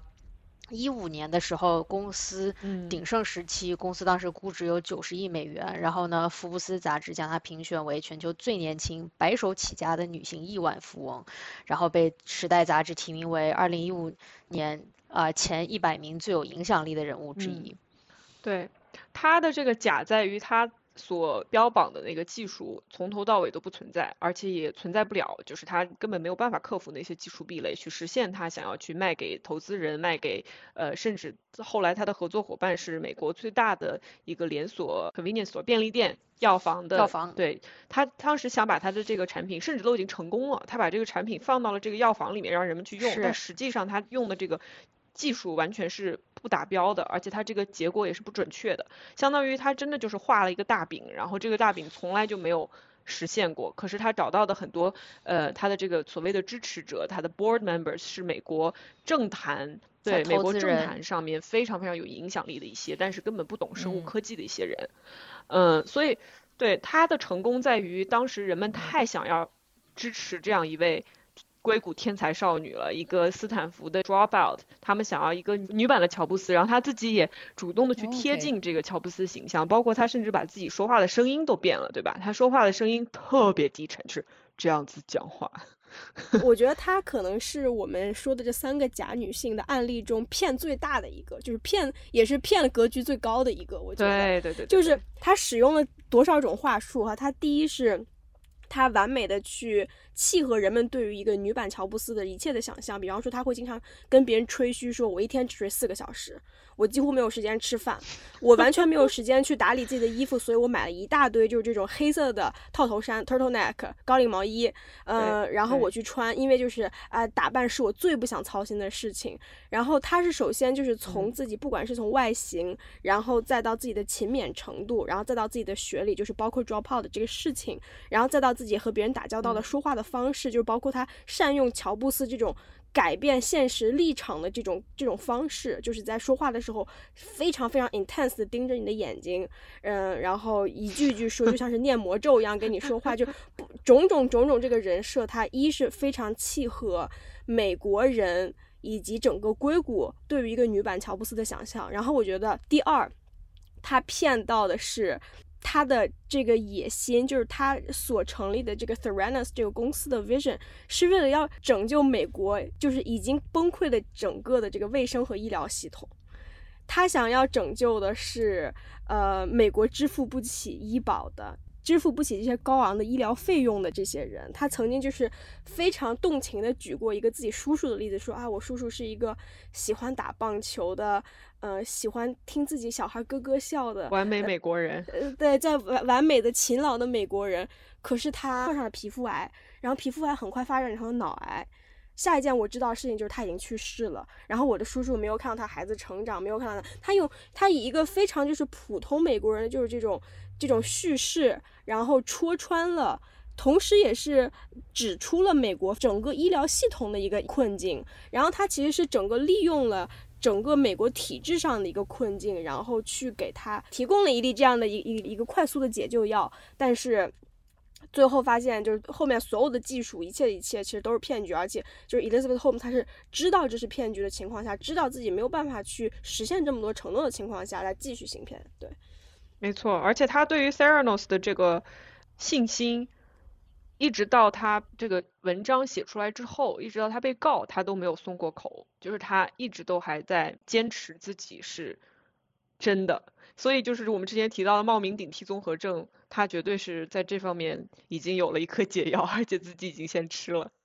15年的时候，公司鼎盛时期，公司当时估值有90亿美元。然后呢，福布斯杂志将她评选为全球最年轻、白手起家的女性亿万富翁，然后被时代杂志提名为2015年前100名最有影响力的人物之一。 对，她的这个假在于她所标榜的那个技术从头到尾都不存在，而且也存在不了，就是他根本没有办法克服那些技术壁垒，去实现他想要去卖给投资人，卖给甚至后来他的合作伙伴是美国最大的一个连锁 convenience store 便利店药房的。对，他当时想把他的这个产品甚至都已经成功了，他把这个产品放到了这个药房里面让人们去用，但实际上他用的这个技术完全是不达标的，而且它这个结果也是不准确的，相当于他真的就是画了一个大饼，然后这个大饼从来就没有实现过。可是他找到的很多他的这个所谓的支持者，他的 board members 是美国政坛，对，美国政坛上面非常非常有影响力的一些，但是根本不懂生物科技的一些人。所以对他的成功在于当时人们太想要支持这样一位硅谷天才少女了，一个斯坦福的 dropout， 他们想要一个女版的乔布斯，然后他自己也主动的去贴近这个乔布斯形象，包括他甚至把自己说话的声音都变了，对吧？他说话的声音特别低沉，是这样子讲话。 我觉得她可能是我们说的这3个假女性的案例中骗最大的一个，就是骗也是骗了格局最高的一个。我觉得对， 就是她使用了多少种话术哈。她第一是她完美的去契合人们对于一个女版乔布斯的一切的想象，比方说她会经常跟别人吹嘘说，我一天只睡4个小时，我几乎没有时间吃饭，我完全没有时间去打理自己的衣服，所以我买了一大堆就是这种黑色的套头衫 turtleneck 高领毛衣，然后我去穿，因为就是打扮是我最不想操心的事情。然后她是首先就是从自己不管是从外形，然后再到自己的勤勉程度，然后再到自己的学历，就是包括 drop out 的这个事情，然后再到自己和别人打交道的说话的方式，就是包括他善用乔布斯这种改变现实立场的这种方式，就是在说话的时候非常非常 intense 的盯着你的眼睛，然后一句一句说，就像是念魔咒一样跟你说话，就种种这个人设，它一是非常契合美国人以及整个硅谷对于一个女版乔布斯的想象。然后我觉得第二，他骗到的是他的这个野心，就是他所成立的这个 Theranos 这个公司的 vision 是为了要拯救美国就是已经崩溃的整个的这个卫生和医疗系统。他想要拯救的是美国支付不起医保的，支付不起这些高昂的医疗费用的这些人。他曾经就是非常动情的举过一个自己叔叔的例子，说我叔叔是一个喜欢打棒球的喜欢听自己小孩咯咯笑的完美美国人， 对，在完美的勤劳的美国人。可是他患上了皮肤癌，然后皮肤癌很快发展成了脑癌。下一件我知道的事情就是他已经去世了，然后我的叔叔没有看到他孩子成长，没有看到他以一个非常就是普通美国人就是这种叙事，然后戳穿了，同时也是指出了美国整个医疗系统的一个困境，然后他其实是整个利用了整个美国体制上的一个困境，然后去给他提供了一粒这样的一个快速的解救药，但是最后发现就是后面所有的技术一切其实都是骗局，而且就是 Elizabeth Holmes 她是知道这是骗局的情况下，知道自己没有办法去实现这么多承诺的情况下来继续行骗。对， 没错，而且他对于 Theranos 的这个信心一直到他这个文章写出来之后，一直到他被告，他都没有松过口，就是他一直都还在坚持自己是真的。所以就是我们之前提到的冒名顶替综合症，他绝对是在这方面已经有了一颗解药，而且自己已经先吃了。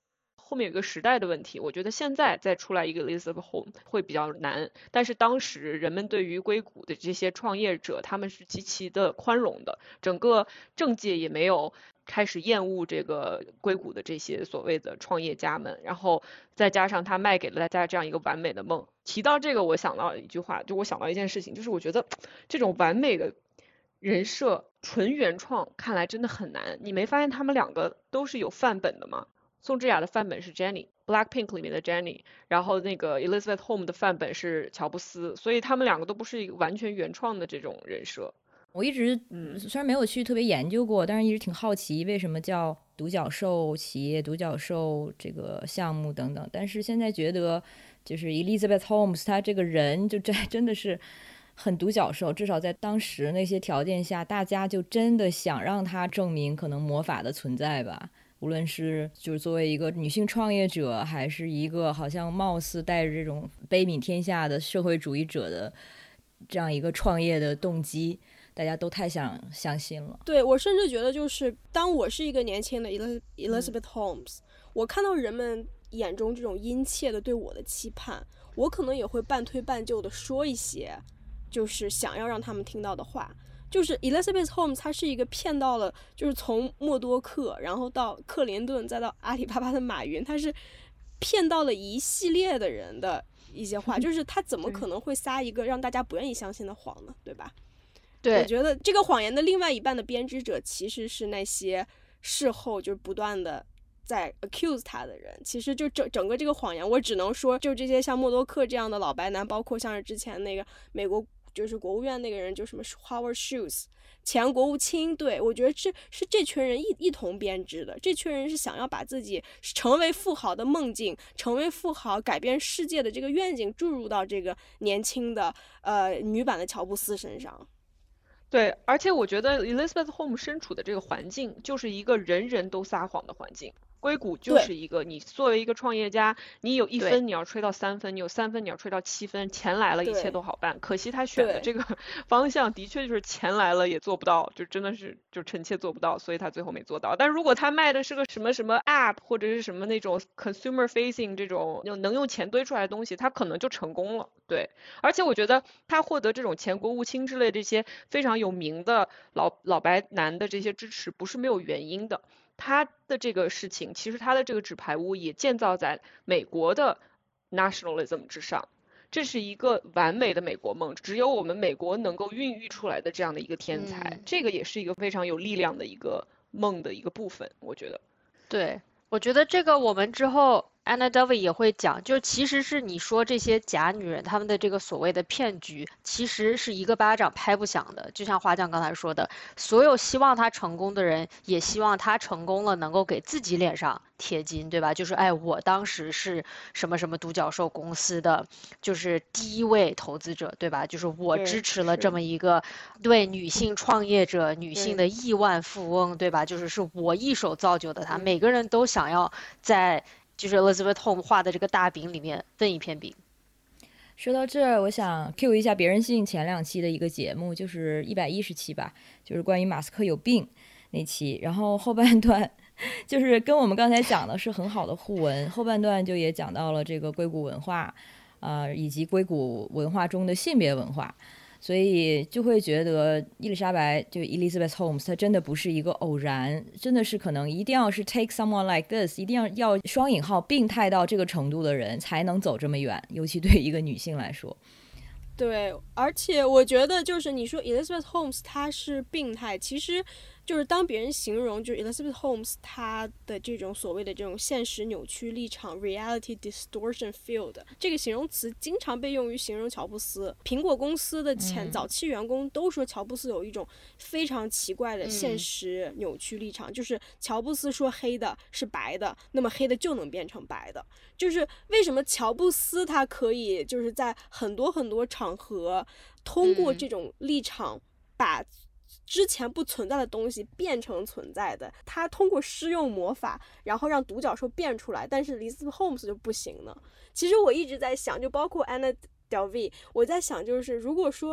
后面有一个时代的问题，我觉得现在再出来一个 Elizabeth Holmes 会比较难，但是当时人们对于硅谷的这些创业者，他们是极其的宽容的，整个政界也没有开始厌恶这个硅谷的这些所谓的创业家们，然后再加上他卖给了大家这样一个完美的梦。提到这个，我想到一句话，就我想到一件事情，就是我觉得这种完美的人设纯原创看来真的很难。你没发现他们两个都是有范本的吗？宋智雅的范本是 Jenny，Blackpink 里面的 Jenny， 然后那个 Elizabeth Holmes 的范本是乔布斯，所以他们两个都不是一个完全原创的这种人设。 我一直虽然没有去特别研究过，但是一直挺好奇为什么叫独角兽企业、独角兽这个项目等等。但是现在觉得，就是 Elizabeth Holmes 她这个人就真的是很独角兽，至少在当时那些条件下，大家就真的想让她证明可能魔法的存在吧。无论是就是作为一个女性创业者，还是一个好像貌似带着这种悲悯天下的社会主义者的这样一个创业的动机，大家都太想相信了。 对，我甚至觉得就是当我是一个年轻的 Elizabeth Holmes，我看到人们眼中这种殷切的对我的期盼，我可能也会半推半就的说一些就是想要让他们听到的话。就是 Elizabeth Holmes 她是一个骗到了，就是从默多克然后到克林顿再到阿里巴巴的马云，他是骗到了一系列的人的一些话，就是他怎么可能会撒一个让大家不愿意相信的谎呢？对吧？ 对， 我觉得这个谎言的另外一半的编织者其实是那些事后就是不断的在 accuse 他的人。其实就整个这个谎言，我只能说就这些像默多克这样的老白男，包括像是之前那个美国就是国务院那个人，就什么 Howard Schultz 前国务卿，对，我觉得是这群人一同编织的。这群人是想要把自己成为富豪的梦境，成为富豪改变世界的这个愿景注入到这个年轻的女版的乔布斯身上。 对，而且我觉得 Elizabeth Holmes 身处的这个环境就是一个人人都撒谎的环境。硅谷就是一个，你作为一个创业家，你有1分你要吹到3分，你有3分你要吹到7分，钱来了一切都好办。可惜他选的这个方向的确就是钱来了也做不到，就真的是就臣妾做不到，所以他最后没做到。但如果他卖的是个什么 app 或者是什么那种 consumer facing 这种能用钱堆出来的东西，他可能就成功了。对，而且我觉得他获得这种前国务卿之类这些非常有名的老白男的这些支持，不是没有原因的。他的这个事情，其实他的这个纸牌屋也建造在美国的 nationalism 之上，这是一个完美的美国梦，只有我们美国能够孕育出来的这样的一个天才，这个也是一个非常有力量的一个梦的一个部分，我觉得。 对，我觉得这个我们之后Anna Delvey 也会讲，就其实是你说这些假女人他们的这个所谓的骗局，其实是一个巴掌拍不响的。就像花酱刚才说的，所有希望他成功的人，也希望他成功了能够给自己脸上贴金，对吧？就是哎，我当时是什么什么独角兽公司的，就是第一位投资者，对吧？就是我支持了这么一个对女性创业者、女性的亿万富翁，对吧？是我一手造就的他，每个人都想要在就是 Elizabeth Holmes 画的这个大饼里面分一片饼。 说到这儿，我想 cue 一下别人性前2期的一个节目，就是110期吧，就是关于马斯克有病那期，然后后半段就是跟我们刚才讲的是很好的互文，后半段就也讲到了这个硅谷文化以及硅谷文化中的性别文化，所以就会觉得伊丽莎白就 Elizabeth Holmes 她真的不是一个偶然，真的是可能一定要是 take someone like this， 一定要双引号病态到这个程度的人才能走这么远，尤其对一个女性来说。 对，而且我觉得就是你说 Elizabeth Holmes 她是病态，其实就是当别人形容就是 Elizabeth Holmes 她的这种所谓的这种现实扭曲立场 reality distortion field 这个形容词经常被用于形容乔布斯。苹果公司的早期员工都说乔布斯有一种非常奇怪的现实扭曲立场，就是乔布斯说黑的是白的，那么黑的就能变成白的。就是为什么乔布斯他可以就是在很多很多场合通过这种立场把之前不存在的东西变成存在的，他通过施用魔法然后让独角兽变出来，但是Elizabeth Holmes 就不行呢。其实我一直在想，就包括 Anna Delvey， 我在想就是如果说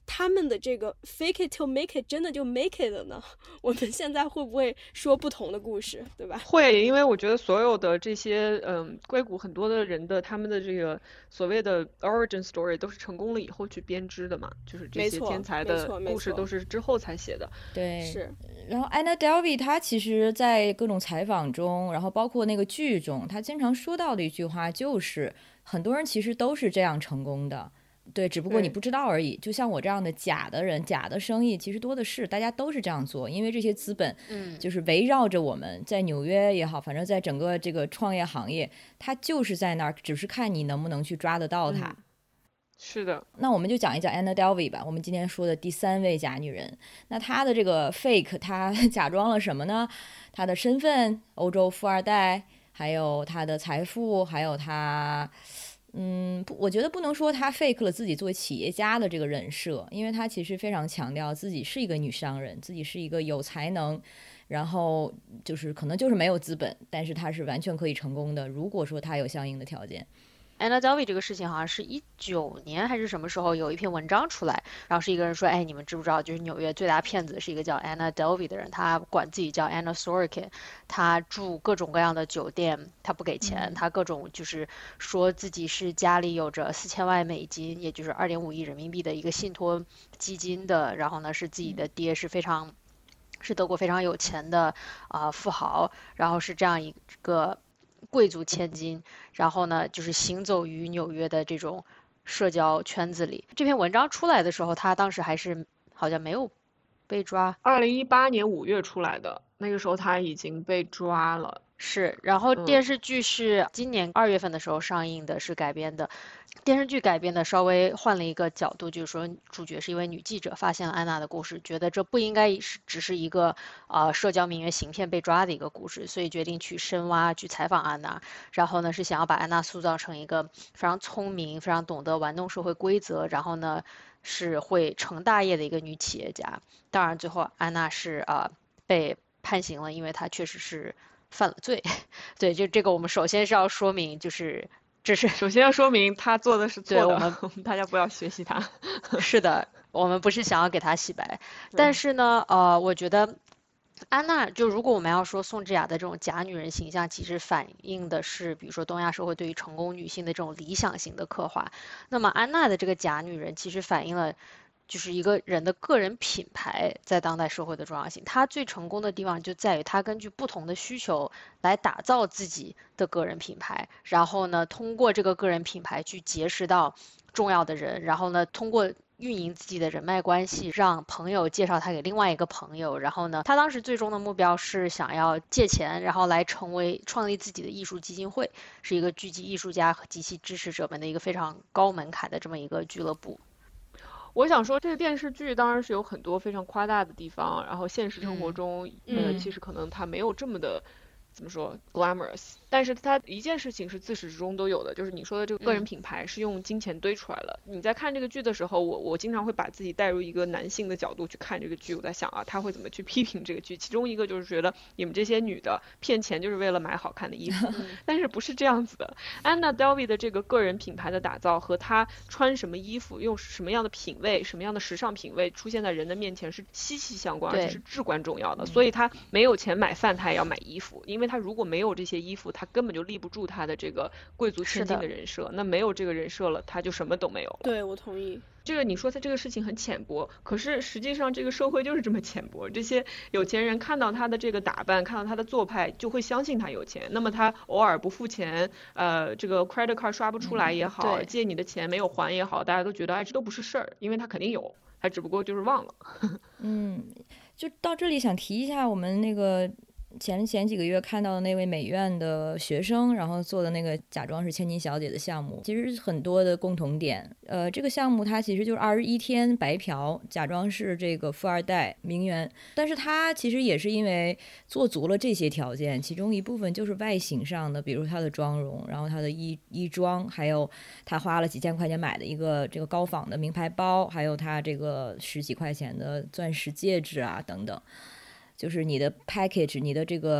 他们的这个 fake it till make it 真的就 make it 了呢？我们现在会不会说不同的故事，对吧？ 会，因为我觉得所有的这些硅谷很多的人的他们的这个所谓的 origin story 都是成功了以后去编织的嘛，就是这些天才的故事都是之后才写的。 对， 是。 然后 Anna Delvey 她其实在各种采访中，然后包括那个剧中，她经常说到的一句话就是很多人其实都是这样成功的，对，只不过你不知道而已。就像我这样的假的人，假的生意其实多的是，大家都是这样做，因为这些资本就是围绕着我们，在纽约也好，反正在整个这个创业行业，它就是在那儿，只是看你能不能去抓得到它。 是的， 那我们就讲一讲 Anna Delvey 吧，我们今天说的第3位假女人。那她的这个 fake， 她假装了什么呢？她的身份，欧洲富二代，还有她的财富，还有她我觉得不能说她 fake 了自己作为企业家的这个人设，因为她其实非常强调自己是一个女商人，自己是一个有才能，然后就是可能就是没有资本，但是她是完全可以成功的，如果说她有相应的条件。 Anna Delvey 这个事情好像是19年还是什么时候有一篇文章出来，然后是一个人说，哎，你们知不知道，就是纽约最大骗子是一个叫 Anna Delvey 的人，他管自己叫 Anna Sorokin， 他住各种各样的酒店，他不给钱，他各种就是说自己是家里有着4000万美金，也就是2.5亿人民币的一个信托基金的，然后呢是自己的爹是德国非常有钱的富豪，然后是这样一个贵族千金，然后呢就是行走于纽约的这种社交圈子里。这篇文章出来的时候，他当时还是好像没有被抓。 2018年5月出来的，那个时候他已经被抓了。 是，然后电视剧是今年2月份的时候上映的，是改编的。电视剧改编的稍微换了一个角度，就是说主角是一位女记者，发现了安娜的故事，觉得这不应该只是一个社交名媛行骗被抓的一个故事，所以决定去深挖，去采访安娜。然后呢，是想要把安娜塑造成一个非常聪明、非常懂得玩弄社会规则，然后呢是会成大业的一个女企业家。当然，最后安娜是被判刑了，因为她确实是犯了罪。对，就这个我们首先是要说明，就是这是首先要说明他做的是错的， 我们大家不要学习他。 是的，我们不是想要给他洗白，但是呢，我觉得安娜就如果我们要说宋智雅的这种假女人形象，其实反映的是，比如说东亚社会对于成功女性的这种理想型的刻画。那么安娜的这个假女人，其实反映了就是一个人的个人品牌在当代社会的重要性。他最成功的地方就在于他根据不同的需求来打造自己的个人品牌，然后呢，通过这个个人品牌去结识到重要的人，然后呢，通过运营自己的人脉关系，让朋友介绍他给另外一个朋友，然后呢，他当时最终的目标是想要借钱，然后来创立自己的艺术基金会，是一个聚集艺术家和及其支持者们的一个非常高门槛的这么一个俱乐部。 我想说，这个电视剧当然是有很多非常夸大的地方，然后现实生活中，其实可能它没有这么的。怎么说 glamorous， 但是它一件事情是自始至终都有的，就是你说的这个个人品牌是用金钱堆出来了。你在看这个剧的时候，我经常会把自己带入一个男性的角度去看这个剧，我在想他会怎么去批评这个剧。其中一个就是觉得你们这些女的骗钱就是为了买好看的衣服，但是不是这样子的。Anna Delvey 的这个个人品牌的打造和她穿什么衣服，用什么样的品味，什么样的时尚品味出现在人的面前是息息相关，而且是至关重要的。所以她没有钱买饭，她也要买衣服，因为他如果没有这些衣服，他根本就立不住他的这个贵族千金的人设。那没有这个人设了，他就什么都没有了。 对，我同意。 这个你说他这个事情很浅薄，可是实际上这个社会就是这么浅薄。这些有钱人看到他的这个打扮，看到他的做派，就会相信他有钱。那么他偶尔不付钱，这个 credit card 刷不出来也好，借你的钱没有还也好，大家都觉得哎这都不是事儿，因为他肯定有，他只不过就是忘了。 就到这里想提一下我们那个前几个月看到的那位美院的学生，然后做的那个假装是千金小姐的项目，其实很多的共同点。这个项目它其实就是21天白嫖，假装是这个富二代名媛，但是他其实也是因为做足了这些条件，其中一部分就是外形上的，比如他的妆容，然后他的衣装，还有他花了几千块钱买的一个这个高仿的名牌包，还有他这个10几块钱的钻石戒指啊等等。就是你的 package， 你的这个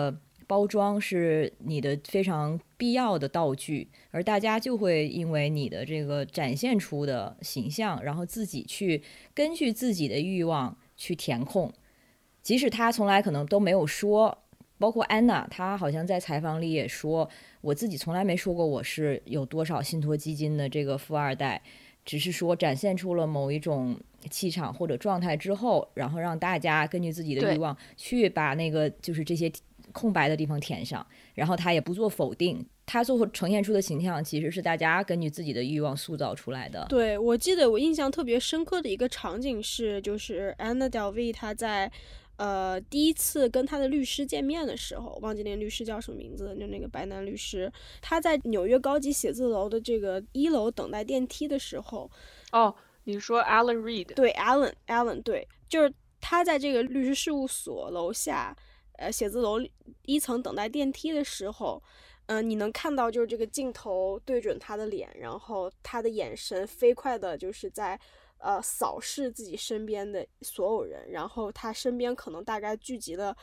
包装是你的非常必要的道具，而大家就会因为你的这个展现出的形象，然后自己去根据自己的欲望去填空，即使他从来可能都没有说。包括安娜，她好像在采访里也说，我自己从来没说过我是有多少信托基金的这个富二代，只是说展现出了某一种气场或者状态之后，然后让大家根据自己的欲望去把那个就是这些空白的地方填上，然后他也不做否定，他最后呈现出的形象其实是大家根据自己的欲望塑造出来的。 对，我记得我印象特别深刻的一个场景是，就是 Anna Delvey 她在第一次跟他的律师见面的时候，忘记那个律师叫什么名字，就那个白男律师，他在纽约高级写字楼的这个1楼等待电梯的时候， 哦，你说 Alan Reed？ 对 Alan 对，就是他在这个律师事务所楼下写字楼1层等待电梯的时候，你能看到就是这个镜头对准他的脸，然后他的眼神飞快的就是在扫视自己身边的所有人，然后他身边可能大概聚集了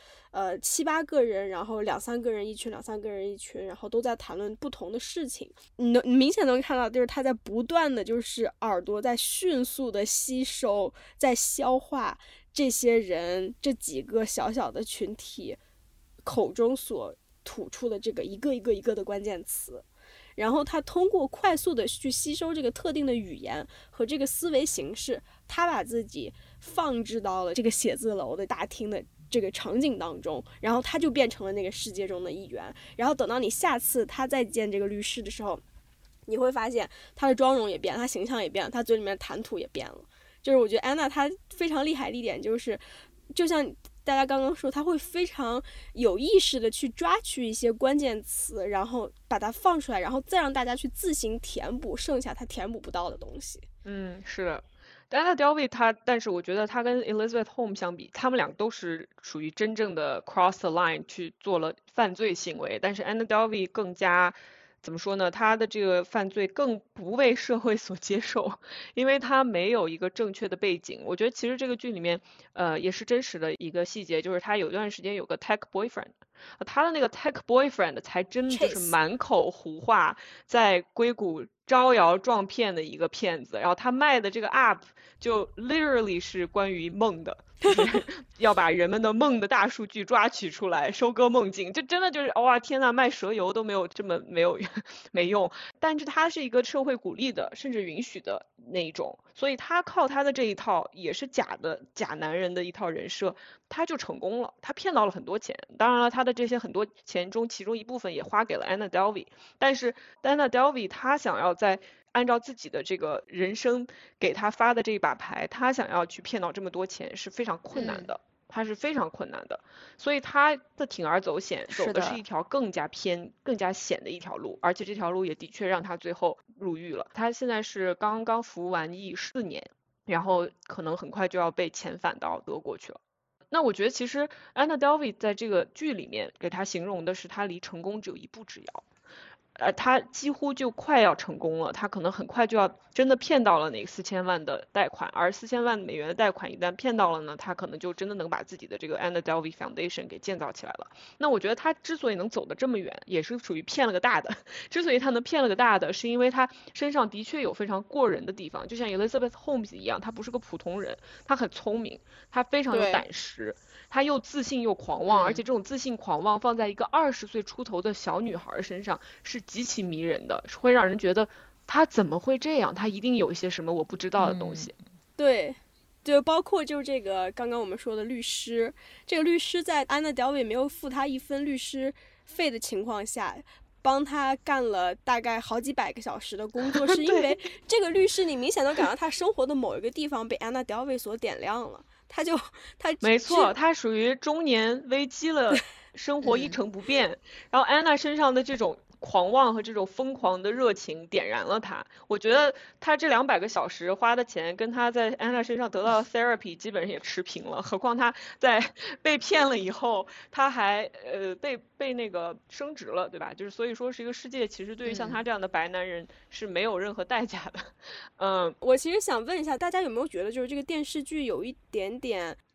7、8个人，然后2、3个人一群，2、3个人一群，然后都在谈论不同的事情。你明显能看到，就是他在不断的就是耳朵在迅速的吸收，在消化这些人这几个小小的群体口中所吐出的这个一个一个的关键词。然后他通过快速的去吸收这个特定的语言和这个思维形式，他把自己放置到了这个写字楼的大厅的这个场景当中，然后他就变成了那个世界中的一员。然后等到你下次他再见这个律师的时候，你会发现他的妆容也变了，他形象也变了，他嘴里面的谈吐也变了。就是我觉得安娜她非常厉害的一点就是，就像大家刚刚说，他会非常有意识的去抓取一些关键词，然后把它放出来，然后再让大家去自行填补剩下他填补不到的东西。 是的。Anna Delvey 但是我觉得她跟 Elizabeth Holmes 相比，他们俩都是属于真正的 cross the line 去做了犯罪行为，但是 Anna Delvey 更加怎么说呢？他的这个犯罪更不被社会所接受，因为他没有一个正确的背景。我觉得其实这个剧里面，也是真实的一个细节，就是他有段时间有个 tech boyfriend，他的那个 tech boyfriend 才真的就是满口胡话，在硅谷招摇撞骗的一个骗子。然后他卖的这个 app 就 literally 是关于梦的。就是要把人们的梦的大数据抓取出来，收割梦境，这真的就是哇天呐，卖蛇油都没有这么没用。但是他是一个社会鼓励的，甚至允许的那一种，所以他靠他的这一套也是假男人的一套人设，他就成功了，他骗到了很多钱。当然了，他的这些很多钱中，其中一部分也花给了 Anna Delvey， 但是 Anna Delvey 他想要按照自己的这个人生给他发的这一把牌，他想要去骗到这么多钱是非常困难的，他是非常困难的，所以他的铤而走险，走的是一条更加偏、更加险的一条路，而且这条路也的确让他最后入狱了。他现在是刚刚服完役4年，然后可能很快就要被遣返到德国去了。那我觉得其实 Anna Delvey 在这个剧里面给他形容的是他离成功只有一步之遥。他几乎就快要成功了，他可能很快就要真的骗到了那个4000万的贷款，而4000万美元的贷款一旦骗到了呢，他可能就真的能把自己的这个 Anna Delvey Foundation 给建造起来了。那我觉得他之所以能走得这么远，也是属于骗了个大的。之所以他能骗了个大的，是因为他身上的确有非常过人的地方，就像 Elizabeth Holmes 一样，他不是个普通人，他很聪明，他非常有胆识，他又自信又狂妄，而且这种自信狂妄放在一个20岁出头的小女孩身上是极其迷人的，会让人觉得他怎么会这样，他一定有一些什么我不知道的东西。 对，就包括就是这个刚刚我们说的律师，这个律师在 Anna Delvey 没有付他1分律师费的情况下，帮他干了大概好几百个小时的工作，是因为这个律师你明显能感到他生活的某一个地方被 Anna Delvey 所点亮了。他没错，他属于中年危机了，生活一成不变，然后安娜身上的这种狂妄和这种疯狂的热情点燃了他。我觉得他这200个小时花的钱跟他在安娜身上得到的 therapy 基本上也持平了，何况他在被骗了以后他还被那个升职了，对吧？就是所以说是一个世界其实对于像他这样的白男人是没有任何代价的。 我其实想问一下大家有没有觉得就是这个电视剧有一点点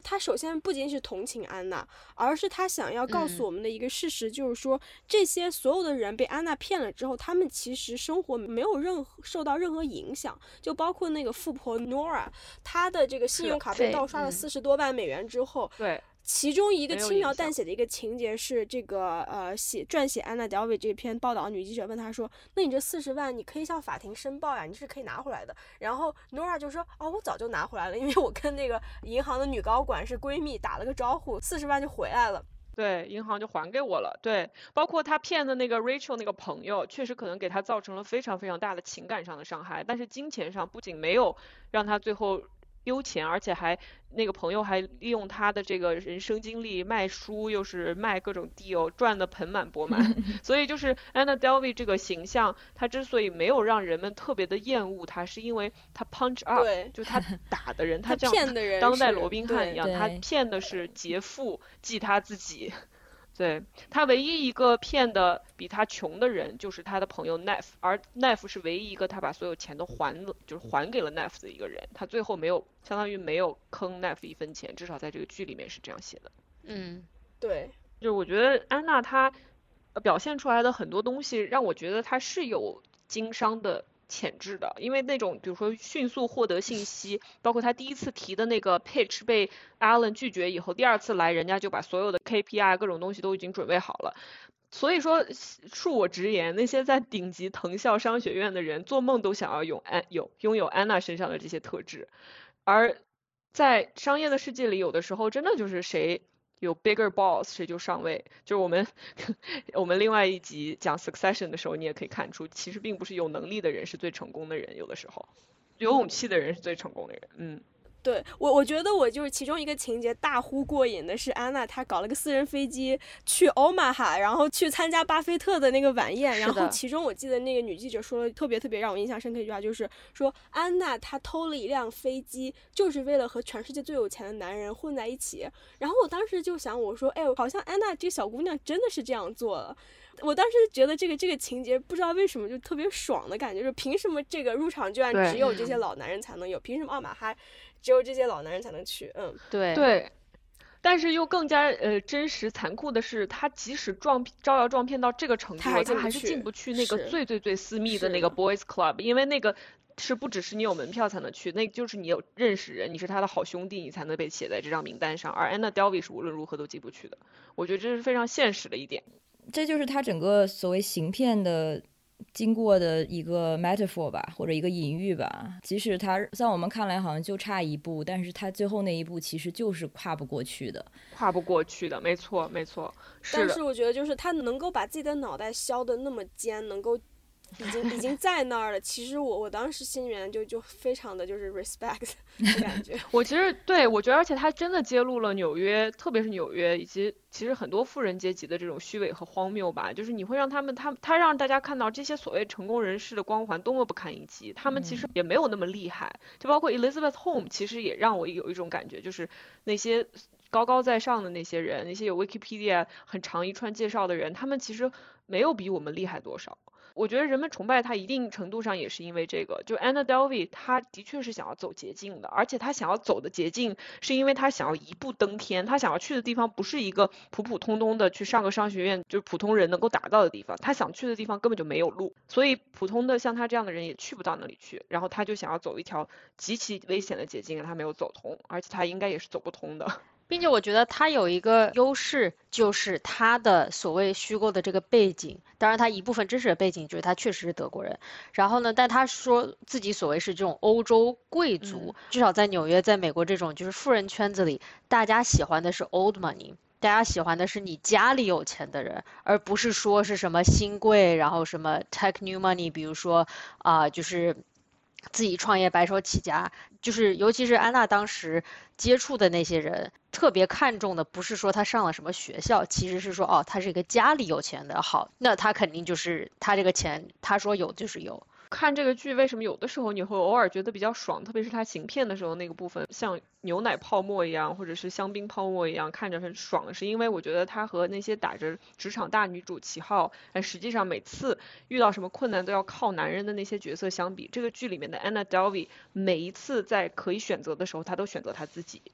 他首先不仅是同情安娜，而是他想要告诉我们的一个事实，就是说这些所有的人被安娜骗了之后，他们其实生活没有受到任何影响，就包括那个富婆 Nora， 她的这个信用卡被盗刷了40多万美元之后， 对。 其中一个轻描淡写的一个情节是，这个撰写安娜 Delvey 这篇报道女记者问他说，那你这40万你可以向法庭申报呀，你是可以拿回来的。然后 Nora 就说，哦，我早就拿回来了，因为我跟那个银行的女高管是闺蜜，打了个招呼，40万就回来了。 对，银行就还给我了。对，包括他骗的那个 Rachel 那个朋友，确实可能给他造成了非常非常大的情感上的伤害，但是金钱上不仅没有让他最后丢钱，而且还那个朋友还利用他的这个人生经历卖书，又是卖各种 deal， 赚得盆满钵满。所以就是 Anna Delvey 这个形象，他之所以没有让人们特别的厌恶他，是因为他 punch up， 就他打的人，他这样当代罗宾汉一样，他骗的是劫富济他自己。对，他唯一一个骗的比他穷的人就是他的朋友 Neff， 而 Neff 是唯一一个他把所有钱都还给了 Neff 的一个人，他最后没有相当于没有坑 Neff 一分钱，至少在这个剧里面是这样写的。 对， 就是我觉得安娜她表现出来的很多东西让我觉得她是有经商的潜质的，因为那种比如说迅速获得信息，包括他第一次提的那个 pitch 被 Alan 拒绝以后，第二次来人家就把所有的 KPI 各种东西都已经准备好了。所以说恕我直言，那些在顶级藤校商学院的人做梦都想要拥有安娜身上的这些特质，而在商业的世界里，有的时候真的就是谁有 bigger balls 谁就上位。就是我们另外一集讲 Succession 的时候，你也可以看出，其实并不是有能力的人是最成功的人，有的时候有勇气的人是最成功的人。 对，我觉得我就是其中一个情节大呼过瘾的是安娜她搞了个私人飞机去欧马哈，然后去参加巴菲特的那个晚宴，然后其中我记得那个女记者说了特别特别让我印象深刻一句话，就是说安娜她偷了一辆飞机就是为了和全世界最有钱的男人混在一起。然后我当时就想，我说哎，好像安娜这小姑娘真的是这样做了。我当时觉得这个情节不知道为什么就特别爽的感觉，就是凭什么这个入场券只有这些老男人才能有，凭什么奥马哈只有这些老男人才能去？ 对。但是又更加真实残酷的是，他即使招摇撞骗到这个程度，他还是进不去那个最最最私密的那个 boys club， 因为那个是不只是你有门票才能去，那就是你有认识人，你是他的好兄弟，你才能被写在这张名单上。而 Anna Delvey 是无论如何都进不去的，我觉得这是非常现实的一点。 这就是他整个所谓行骗的经过的一个 metaphor 吧，或者一个隐喻吧。即使他在我们看来好像就差一步，但是他最后那一步其实就是跨不过去的， 没错没错。 但是我觉得就是他能够把自己的脑袋削得那么尖，能够已经在那儿了。其实我当时心里面就非常的就是 respect 的感觉。 我觉得而且他真的揭露了纽约，特别是纽约以及其实很多富人阶级的这种虚伪和荒谬吧。就是你会让他让大家看到这些所谓成功人士的光环多么不堪一击，他们其实也没有那么厉害。就包括 Elizabeth Holmes 其实也让我有一种感觉，就是那些高高在上的那些人，那些有 Wikipedia 很长一串介绍的人，他们其实没有比我们厉害多少。我觉得人们崇拜他一定程度上也是因为这个，就 Anna Delvey 他的确是想要走捷径的，而且他想要走的捷径是因为他想要一步登天，他想要去的地方不是一个普普通通的去上个商学院就是普通人能够达到的地方，他想去的地方根本就没有路，所以普通的像他这样的人也去不到那里去，然后他就想要走一条极其危险的捷径，他没有走通，而且他应该也是走不通的。 并且我觉得他有一个优势，就是他的所谓虚构的这个背景，当然他一部分真实的背景就是他确实是德国人，然后呢，但他说自己所谓是这种欧洲贵族，至少在纽约，在美国这种就是富人圈子里，大家喜欢的是 old money， 大家喜欢的是你家里有钱的人，而不是说是什么新贵，然后什么 tech new money， 比如说就是自己创业白手起家，就是尤其是安娜当时接触的那些人，特别看重的不是说他上了什么学校，其实是说他是一个家里有钱的，好，那他肯定就是他这个钱，他说有就是有。 看这个剧为什么有的时候你会偶尔觉得比较爽，特别是他行骗的时候那个部分像牛奶泡沫一样或者是香槟泡沫一样看着很爽，是因为我觉得他和那些打着职场大女主旗号但实际上每次遇到什么困难都要靠男人的那些角色相比，这个剧里面的 Anna Delvey 每一次在可以选择的时候他都选择他自己，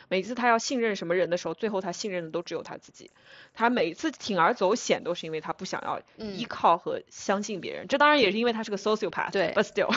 每次他要信任什么人的时候，最后他信任的都只有他自己。他每一次铤而走险都是因为他不想要依靠和相信别人，这当然也是因为他是个 sociopath， 对 ，but still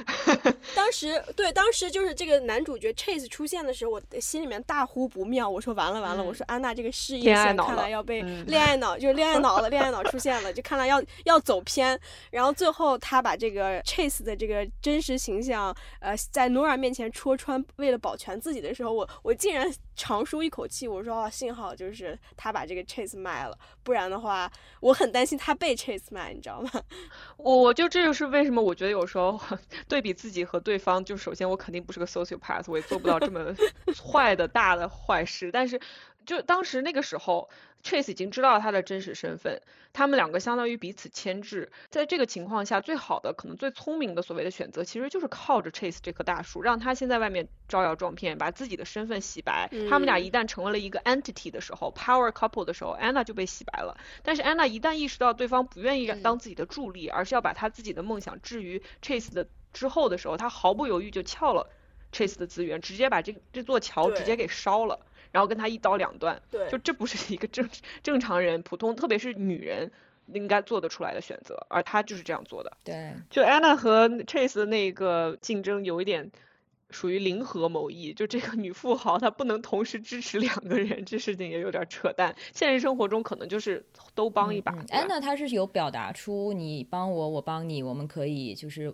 当时就是这个男主角 Chase 出现的时候，我心里面大呼不妙，我说完了，我说安娜这个事业线看来要被恋爱脑，就是恋爱脑了，恋爱脑出现了，就看来要走偏。然后最后他把这个 Chase 的这个真实形象，在 Nora 面前戳穿，为了保全自己的时候，我竟然长舒一口气，我说幸好就是他把这个 Chase 卖了，不然的话我很担心他被 Chase 卖，你知道吗？ 我就这就是为什么我觉得有时候对比自己和对方，就首先我肯定不是个 sociopath， 我也做不到这么坏的大的坏事，但是就当时那个时候 Chase 已经知道他的真实身份，他们两个相当于彼此牵制，在这个情况下最好的可能最聪明的所谓的选择其实就是靠着 Chase 这棵大树，让他先在外面招摇撞骗，把自己的身份洗白，他们俩一旦成为了一个 entity 的时候， power couple 的时候， Anna 就被洗白了。但是 Anna 一旦意识到对方不愿意当自己的助力，而是要把他自己的梦想置于 Chase 的之后的时候，他毫不犹豫就撬了 Chase 的资源，直接把这座桥直接给烧了，然后跟他一刀两断。 对， 就这不是一个正常人普通特别是女人应该做得出来的选择，而他就是这样做的。 对， 就 Anna 和 Chase 的那个竞争有一点属于零和谋议，就这个女富豪她不能同时支持两个人，这事情也有点扯淡。现实生活中可能就是都帮一把。 Anna 她是有表达出你帮我，我帮你，我们可以就是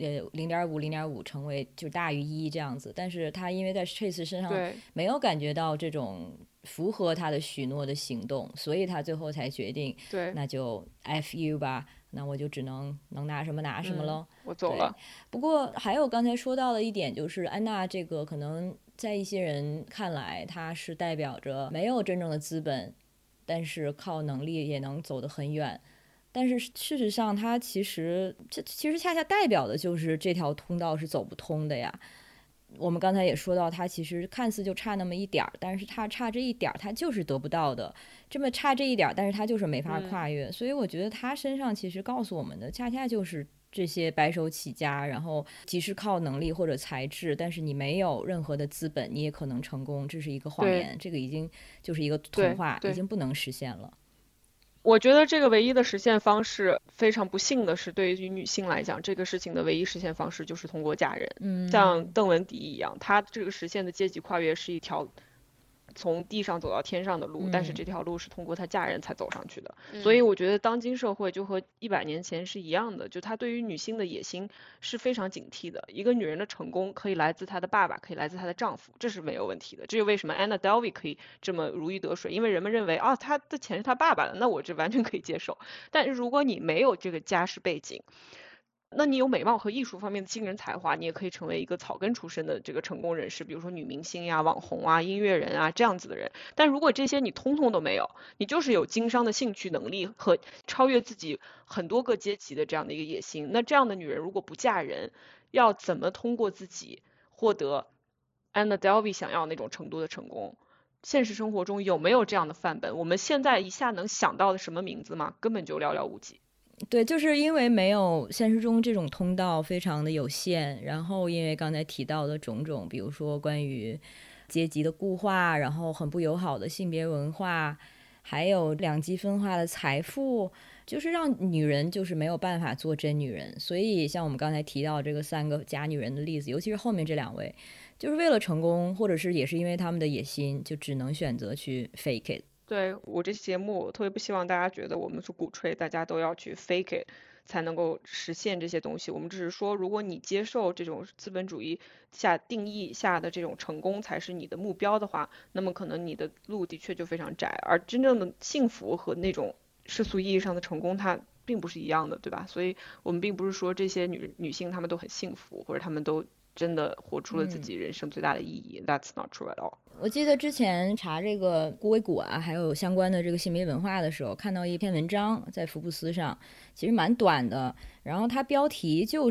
0.5成为就大于1这样子，但是她因为在 Chase 身上没有感觉到这种符合他的许诺的行动，所以他最后才决定， 对， 那就 F you 吧，那我就只能拿什么拿什么咯， 我走了。 不过还有刚才说到的一点，就是安娜这个可能在一些人看来，她是代表着没有真正的资本，但是靠能力也能走得很远。但是事实上，它其实恰恰代表的就是这条通道是走不通的呀。我们刚才也说到，他其实看似就差那么一点儿，但是他差这一点儿，他就是得不到的。这么差这一点儿，但是他就是没法跨越。所以我觉得他身上其实告诉我们的，恰恰就是这些白手起家，然后即使靠能力或者才智，但是你没有任何的资本，你也可能成功，这是一个谎言，这个已经就是一个童话，已经不能实现了。 我觉得这个唯一的实现方式，非常不幸的是，对于女性来讲，这个事情的唯一实现方式就是通过嫁人。像邓文迪一样，她这个实现的阶级跨越是一条从地上走到天上的路，但是这条路是通过她嫁人才走上去的。所以我觉得当今社会就和100年前是一样的，就她对于女性的野心是非常警惕的。一个女人的成功可以来自她的爸爸，可以来自她的丈夫，这是没有问题的。这是为什么 Anna Delvey 可以这么如鱼得水，因为人们认为她的钱是她爸爸的，那我这完全可以接受。但是如果你没有这个家世背景，那你有美貌和艺术方面的惊人才华，你也可以成为一个草根出身的这个成功人士，比如说女明星呀、网红啊、音乐人啊这样子的人。但如果这些你通通都没有，你就是有经商的兴趣能力和超越自己很多个阶级的这样的一个野心，那这样的女人如果不嫁人，要怎么通过自己获得 Anna Delvey 想要那种程度的成功？现实生活中有没有这样的范本？我们现在一下能想到的什么名字吗？根本就寥寥无几。 对，就是因为没有现实中这种通道非常的有限，然后因为刚才提到的种种，比如说关于阶级的固化，然后很不友好的性别文化，还有两极分化的财富，就是让女人就是没有办法做真女人。所以像我们刚才提到这个3个假女人的例子，尤其是后面这2位，就是为了成功，或者是也是因为他们的野心，就只能选择去 fake it。 对，我这期节目我特别不希望大家觉得我们是鼓吹大家都要去 fake it 才能够实现这些东西。我们只是说，如果你接受这种资本主义下定义下的这种成功才是你的目标的话，那么可能你的路的确就非常窄，而真正的幸福和那种世俗意义上的成功它并不是一样的，对吧？所以我们并不是说这些女性她们都很幸福，或者她们都真的活出了自己人生最大的意义。That's not true at all。 我记得之前查这个孤尾骨啊，还有相关的这个性别文化的时候，看到一篇文章在福布斯上，其实蛮短的，然后它标题就是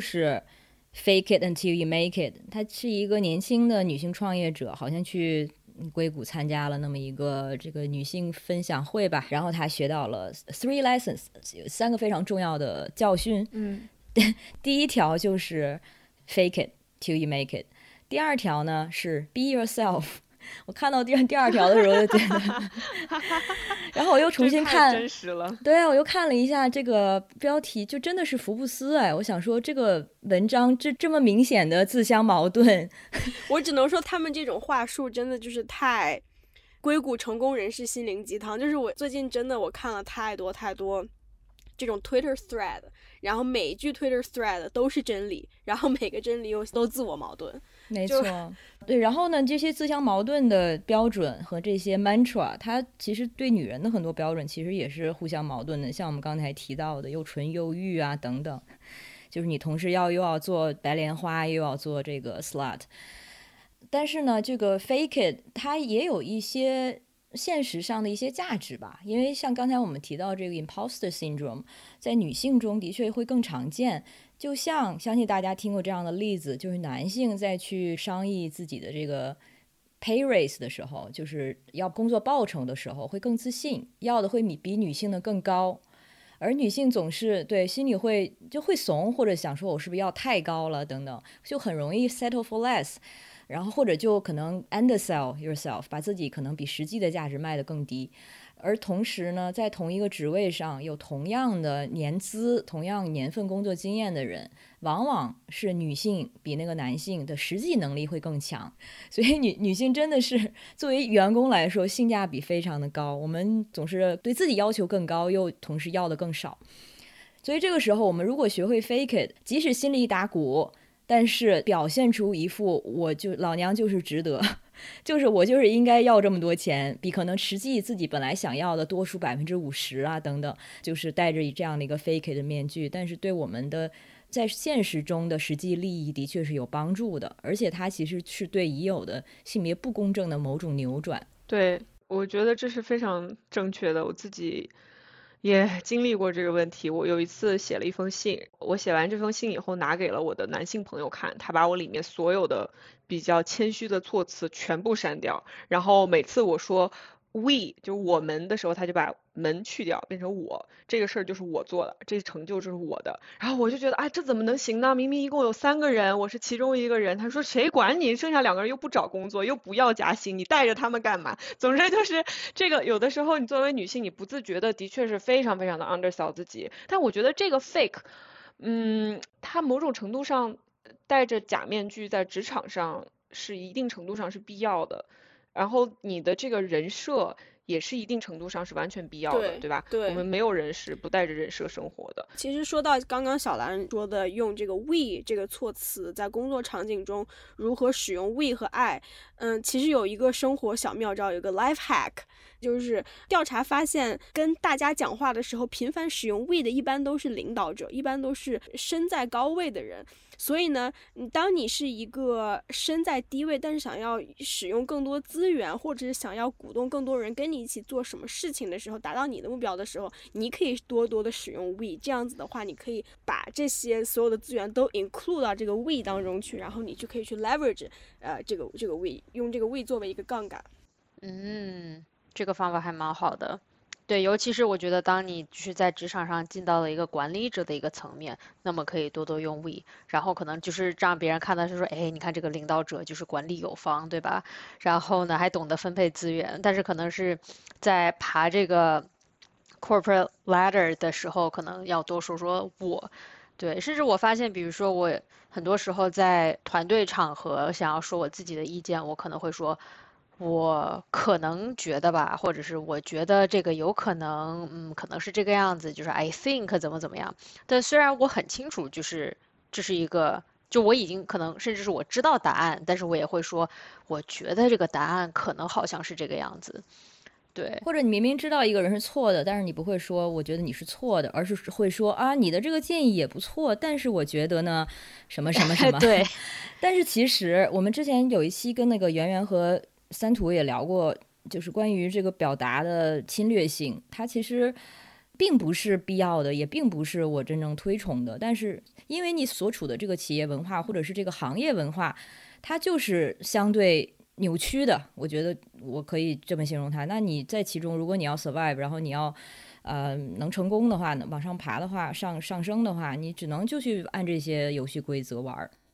Fake it until you make it。她是一个年轻的女性创业者，好像去硅谷参加了那么一个这个女性分享会吧，然后她学到了 3 lessons， 有3个非常重要的教训。第一条就是 Fake it till you make it。第2条呢是 Be yourself。 我看到第二条的时候就觉得然后我又重新看， 真实了。 对，我又看了一下这个标题，就真的是福布斯哎！我想说这个文章这么明显的自相矛盾， 我只能说他们这种话术真的就是太硅谷成功人士心灵鸡汤。就是我最近真的我看了太多这种 Twitter thread， 然后每一句 Twitter thread 都是真理，然后每个真理又都自我矛盾。 没错，对。然后呢，这些自相矛盾的标准和这些 mantra， 它其实对女人的很多标准其实也是互相矛盾的。像我们刚才提到的又纯又欲啊等等，就是你同时又要做白莲花，又要做这个 slut。但是呢，这个 fake it 它也有一些现实上的一些价值吧，因为像刚才我们提到这个 imposter syndrome 在女性中的确会更常见，就像相信大家听过这样的例子，就是男性在去商议自己的这个 pay raise 的时候，就是要工作报酬的时候会更自信，要的会比女性的更高，而女性总是对心里会怂，或者想说我是不是要太高了等等，就很容易 settle for less，然后或者就可能 undersell yourself， 把自己可能比实际的价值卖得更低。而同时呢，在同一个职位上有同样的年资、同样年份工作经验的人，往往是女性比那个男性的实际能力会更强。所以女性真的是作为员工来说性价比非常的高，我们总是对自己要求更高，又同时要的更少。所以这个时候我们如果学会 fake it， 即使心里打鼓，但是表现出一副我就老娘就是值得，就是我就是应该要这么多钱，比可能实际自己本来想要的多出50%啊等等，就是戴着这样的一个 fake 的面具，但是对我们的在现实中的实际利益的确是有帮助的，而且它其实是对已有的性别不公正的某种扭转。 对，我觉得这是非常正确的，我自己也经历过这个问题。我有一次写了一封信，我写完这封信以后拿给了我的男性朋友看，他把我里面所有的比较谦虚的措辞全部删掉，然后每次我说 we 就我们的时候，他就把们去掉，变成我，这个事儿就是我做的，这成就就是我的。然后我就觉得，哎，这怎么能行呢？明明一共有3个人，我是其中一个人。他说谁管你，剩下2个人又不找工作，又不要加薪，你带着他们干嘛？总之就是这个，有的时候你作为女性，你不自觉的的确是非常非常的 undersell 自己。但我觉得这个 fake，它某种程度上戴着假面具在职场上是一定程度上是必要的。然后你的这个人设也是一定程度上是完全必要的，对吧？ 对， 我们没有人是不带着人设生活的。 其实说到刚刚小兰说的用这个 we 这个措辞在工作场景中如何使用 we 和 I，其实有一个生活小妙招，有一个 life hack， 就是调查发现跟大家讲话的时候频繁使用 we 的一般都是领导者，一般都是身在高位的人。所以呢，当你是一个身在低位，但是想要使用更多资源，或者是想要鼓动更多人跟你一起做什么事情的时候，达到你的目标的时候，你可以多多的使用 we， 这样子的话，你可以把这些所有的资源都 include 到这个 we 当中去，然后你就可以去 leverage 这个 we， 用这个 we 作为一个杠杆。 这个方法还蛮好的。对，尤其是我觉得，当你就是在职场上进到了一个管理者的一个层面，那么可以多多用 we， 然后可能就是让别人看到是说，哎，你看这个领导者就是管理有方，对吧？然后呢，还懂得分配资源，但是可能是在爬这个 corporate ladder 的时候，可能要多说说我。对，甚至我发现，比如说我很多时候在团队场合想要说我自己的意见，我可能会说。我可能觉得吧，或者是我觉得这个有可能，可能是这个样子，就是 I think 怎么样。但虽然我很清楚，就是这是一个，就我已经可能甚至是我知道答案，但是我也会说，我觉得这个答案可能好像是这个样子。对， 或者你明明知道一个人是错的，但是你不会说我觉得你是错的，而是会说啊，你的这个建议也不错，但是我觉得呢，什么什么什么。 对。 但是其实我们之前有一期跟那个圆圆和三图也聊过，就是关于这个表达的侵略性，它其实并不是必要的，也并不是我真正推崇的。但是因为你所处的这个企业文化或者是这个行业文化，它就是相对扭曲的，我觉得我可以这么形容它。那你在其中，如果你要 survive， 然后你要能成功的话，往上爬的话，上升的话，你只能就去按这些游戏规则玩。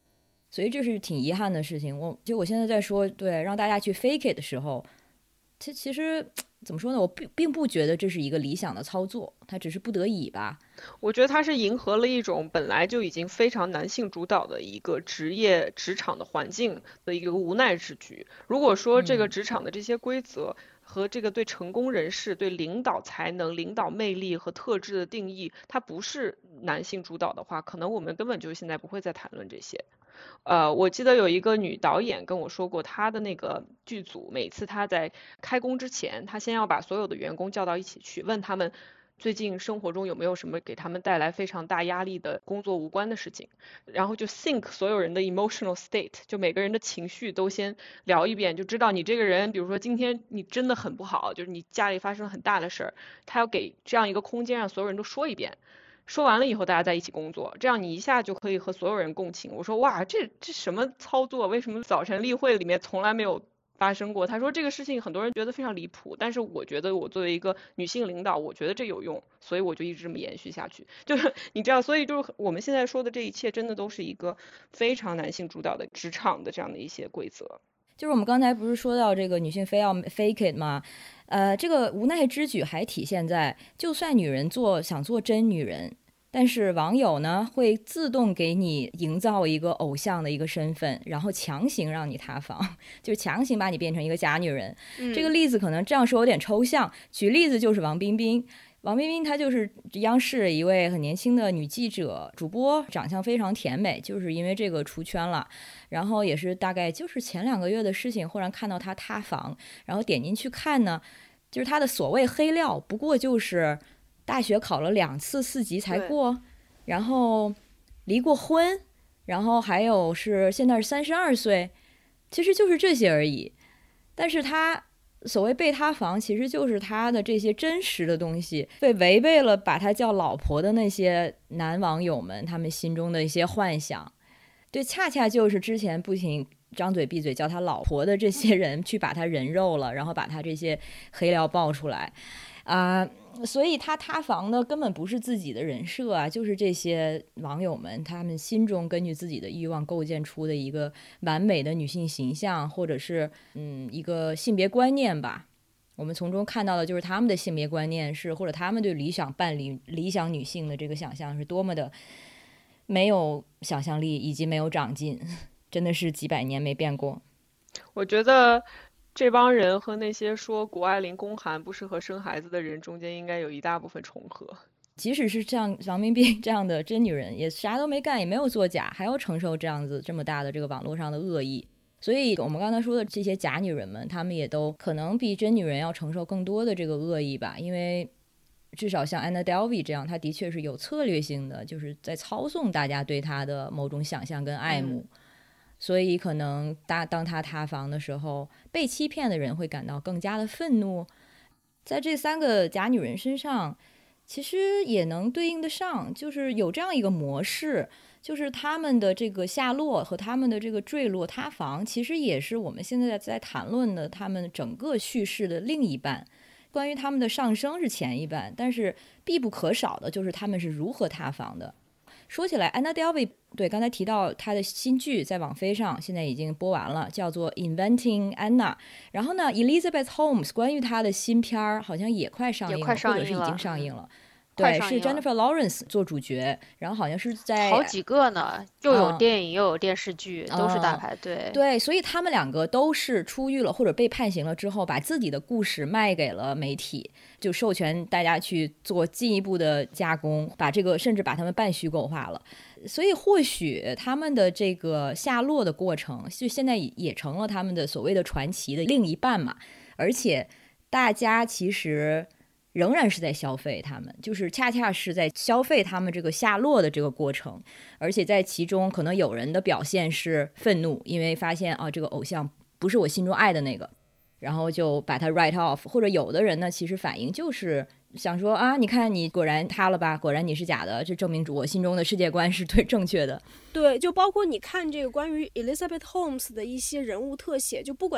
所以这是挺遗憾的事情。我现在在说，对，让大家去 fake it 的时候，其实怎么说呢？我并不觉得这是一个理想的操作，它只是不得已吧。 我觉得它是迎合了一种本来就已经非常男性主导的一个职场的环境的一个无奈之举。如果说这个职场的这些规则和这个对成功人士、对领导才能、领导魅力和特质的定义，它不是男性主导的话，可能我们根本就现在不会再谈论这些。我记得有一个女导演跟我说过，她的那个剧组每次她在开工之前，她先要把所有的员工叫到一起去，问他们最近生活中有没有什么给他们带来非常大压力的工作无关的事情，然后就 sync 所有人的 emotional state， 就每个人的情绪都先聊一遍，就知道你这个人，比如说今天你真的很不好，就是你家里发生很大的事儿，他要给这样一个空间让所有人都说一遍。说完了以后，大家在一起工作，这样你一下就可以和所有人共情。我说哇，这什么操作？为什么早晨例会里面从来没有发生过？他说这个事情很多人觉得非常离谱，但是我觉得我作为一个女性领导，我觉得这有用，所以我就一直这么延续下去。就是你知道，所以就是我们现在说的这一切，真的都是一个非常男性主导的职场的这样的一些规则。 就是我们刚才不是说到这个女性非要 fake it 吗？这个无奈之举还体现在，就算女人想做真女人，但是网友呢会自动给你营造一个偶像的一个身份，然后强行让你塌房，就强行把你变成一个假女人。这个例子可能这样说有点抽象，举例子就是王冰冰。王冰冰她就是央视一位很年轻的女记者主播，长相非常甜美，就是因为这个出圈了。然后也是大概就是前2个月的事情，忽然看到她塌房，然后点进去看呢，就是她的所谓黑料不过就是大学考了2次4级才过，然后离过婚，然后还有是现在是32岁，其实就是这些而已。但是她所谓被塌房，其实就是他的这些真实的东西被违背了把他叫老婆的那些男网友们他们心中的一些幻想。对，恰恰就是之前不停张嘴闭嘴叫他老婆的这些人去把他人肉了，然后把他这些黑料爆出来所以他塌房的根本不是自己的人设啊，就是这些网友们他们心中根据自己的欲望构建出的一个完美的女性形象，或者是一个性别观念吧。我们从中看到的就是他们的性别观念是，或者他们对理想伴侣、理想女性的这个想象是多么的没有想象力以及没有长进，真的是几百年没变过。 我觉得这帮人和那些说谷爱凌宫寒不适合生孩子的人中间应该有一大部分重合。 即使是像王冰冰这样的真女人，也啥都没干，也没有作假，还要承受这样子这么大的这个网络上的恶意。所以我们刚才说的这些假女人们，她们也都可能比真女人要承受更多的这个恶意吧。因为至少像 Anna Delvey 这样，她的确是有策略性的，就是在操纵大家对她的某种想象跟爱慕。所以可能当他塌房的时候，被欺骗的人会感到更加的愤怒。在这3个假女人身上其实也能对应得上，就是有这样一个模式，就是他们的这个下落和他们的这个坠落塌房，其实也是我们现在在谈论的他们整个叙事的另一半。关于他们的上升是前一半，但是必不可少的就是他们是如何塌房的。说起来 Anna Delvey， 对，刚才提到她的新剧在网飞上现在已经播完了，叫做 Inventing Anna。 然后呢 Elizabeth Holmes 关于她的新片好像也快上映了，或者是已经上映了。对，是 Jennifer Lawrence 做主角，然后好像是在好几个呢，又有电影又有电视剧，都是大牌。 对，所以他们2个都是出狱了或者被判刑了之后，把自己的故事卖给了媒体，就授权大家去做进一步的加工，把这个甚至把他们半虚构化了。所以或许他们的这个下落的过程，就现在也成了他们的所谓的传奇的另一半嘛。而且大家其实仍然是在消费他们，就是恰恰是在消费他们这个下落的这个过程。而且在其中可能有人的表现是愤怒，因为发现这个偶像不是我心中爱的那个，然后就把他 write off。 或者有的人呢其实反应就是想说你看你果然塌了吧，果然你是假的，这证明我心中的世界观是对正确的。 对，就包括你看这个关于 Elizabeth Holmes 的一些人物特写，就不管是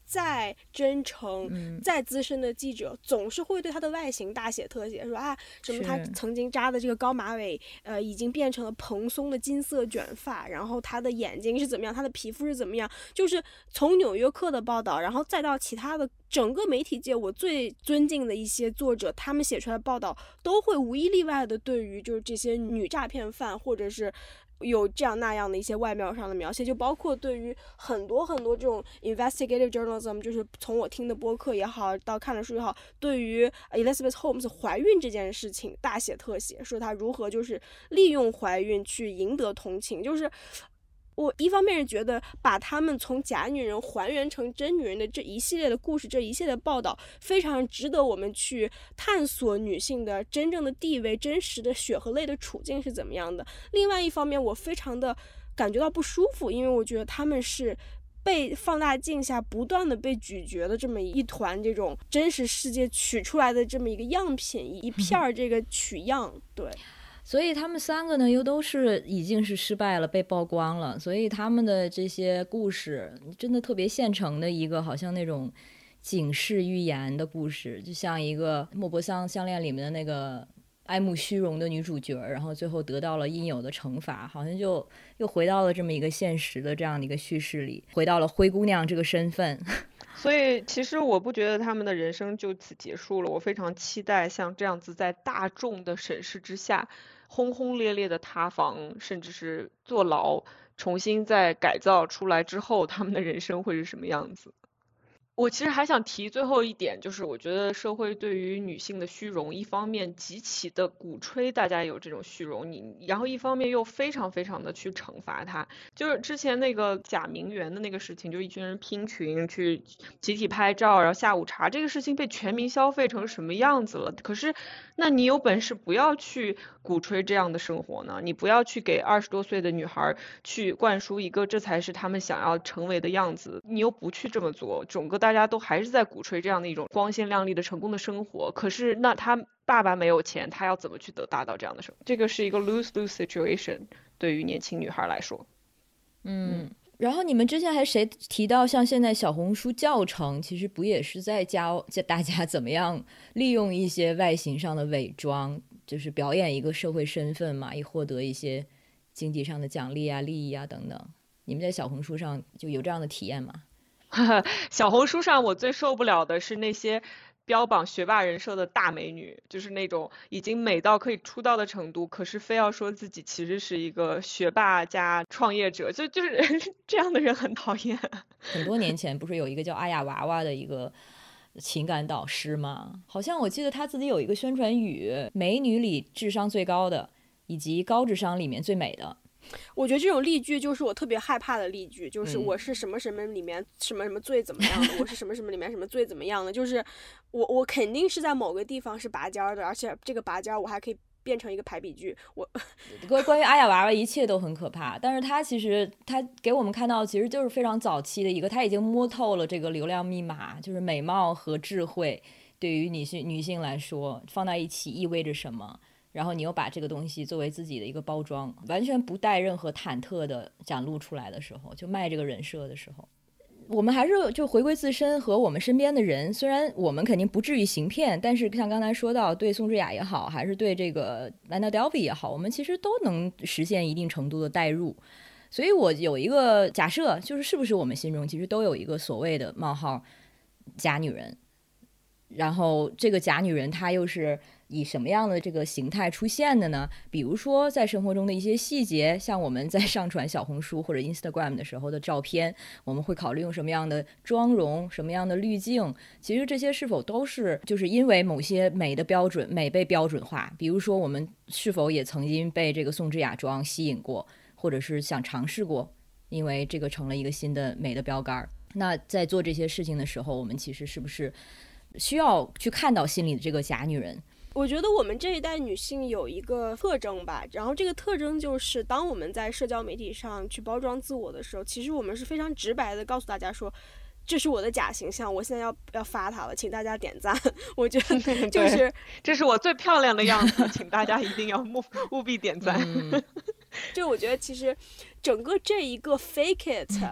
再真诚再资深的记者总是会对他的外形大写特写，说啊什么他曾经扎的这个高马尾已经变成了蓬松的金色卷发，然后他的眼睛是怎么样，他的皮肤是怎么样，就是从纽约客的报道，然后再到其他的整个媒体界我最尊敬的一些作者，他们写出来的报道都会无一例外的对于就是这些女诈骗犯或者是有这样那样的一些外貌上的描写，就包括对于很多很多这种 investigative journalism， 就是从我听的播客也好到看的书也好，对于 Elizabeth Holmes 怀孕这件事情大写特写，说她如何就是利用怀孕去赢得同情。就是我一方面是觉得把他们从假女人还原成真女人的这一系列的故事，这一系列的报道非常值得我们去探索女性的真正的地位，真实的血和泪的处境是怎么样的。另外一方面我非常的感觉到不舒服，因为我觉得他们是被放大镜下不断的被咀嚼的这么一团这种真实世界取出来的这么一个样品，一片这个取样。对， 所以他们三个呢又都是已经是失败了，被曝光了，所以他们的这些故事真的特别现成的一个好像那种警示预言的故事，就像一个莫泊桑项链里面的那个爱慕虚荣的女主角，然后最后得到了应有的惩罚，好像就又回到了这么一个现实的这样的一个叙事里，回到了灰姑娘这个身份。 所以其实我不觉得他们的人生就此结束了，我非常期待像这样子在大众的审视之下轰轰烈烈的塌房甚至是坐牢重新再改造出来之后他们的人生会是什么样子。我其实还想提最后一点，就是我觉得社会对于女性的虚荣，一方面极其的鼓吹大家有这种虚荣，然后一方面又非常非常的去惩罚它。就是之前那个假名媛的那个事情，就一群人拼群去集体拍照，然后下午茶，这个事情被全民消费成什么样子了？可是，那你有本事不要去鼓吹这样的生活呢？你不要去给20多岁的女孩去灌输一个这才是他们想要成为的样子，你又不去这么做，整个大家都还是在鼓吹这样的一种光鲜亮丽的成功的生活。可是那他爸爸没有钱，他要怎么去达到这样的生活？这个是一个 lose-lose situation 对于年轻女孩来说。 然后你们之前还谁提到像现在小红书教程其实不也是在教大家怎么样利用一些外形上的伪装，就是表演一个社会身份嘛，以获得一些经济上的奖励啊利益啊等等。你们在小红书上就有这样的体验吗？ 小红书上我最受不了的是那些标榜学霸人设的大美女，就是那种已经美到可以出道的程度，可是非要说自己其实是一个学霸加创业者，就是这样的人很讨厌。 很多年前不是有一个叫阿雅娃娃的一个情感导师吗？好像我记得他自己有一个宣传语，美女里智商最高的以及高智商里面最美的。 我觉得这种例句就是我特别害怕的例句，就是我是什么什么里面什么什么最怎么样的，我是什么什么里面什么最怎么样的，就是我肯定是在某个地方是拔尖的，而且这个拔尖我还可以变成一个排比句。 关于阿雅娃娃一切都很可怕，但是他其实他给我们看到其实就是非常早期的一个，他已经摸透了这个流量密码，就是美貌和智慧对于女性来说放在一起意味着什么，然后你又把这个东西作为自己的一个包装，完全不带任何忐忑的展露出来的时候，就卖这个人设的时候，我们还是就回归自身和我们身边的人。虽然我们肯定不至于行骗，但是像刚才说到对宋智雅也好，还是对这个Lana Del Rey也好，我们其实都能实现一定程度的代入。所以我有一个假设，就是是不是我们心中其实都有一个所谓的冒号假女人，然后这个假女人她又是以什么样的这个形态出现的呢？比如说在生活中的一些细节，像我们在上传小红书或者 Instagram 的时候的照片，我们会考虑用什么样的妆容，什么样的滤镜，其实这些是否都是就是因为某些美的标准，美被标准化，比如说我们是否也曾经被这个宋智雅妆吸引过，或者是想尝试过，因为这个成了一个新的美的标杆。那在做这些事情的时候，我们其实是不是需要去看到心里的这个假女人？ 我觉得我们这一代女性有一个特征吧，然后这个特征就是当我们在社交媒体上去包装自我的时候，其实我们是非常直白的告诉大家说，这是我的假形象，我现在要发它了，请大家点赞。我觉得就是这是我最漂亮的样子，请大家一定要务必点赞。 就我觉得其实整个这一个 fake it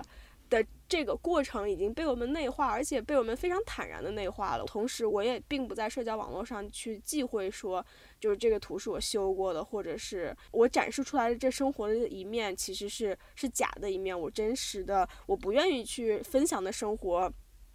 的这个过程已经被我们内化，而且被我们非常坦然的内化了。同时我也并不在社交网络上去忌讳说就是这个图是我修过的，或者是我展示出来的这生活的一面其实是假的一面，我真实的我不愿意去分享的生活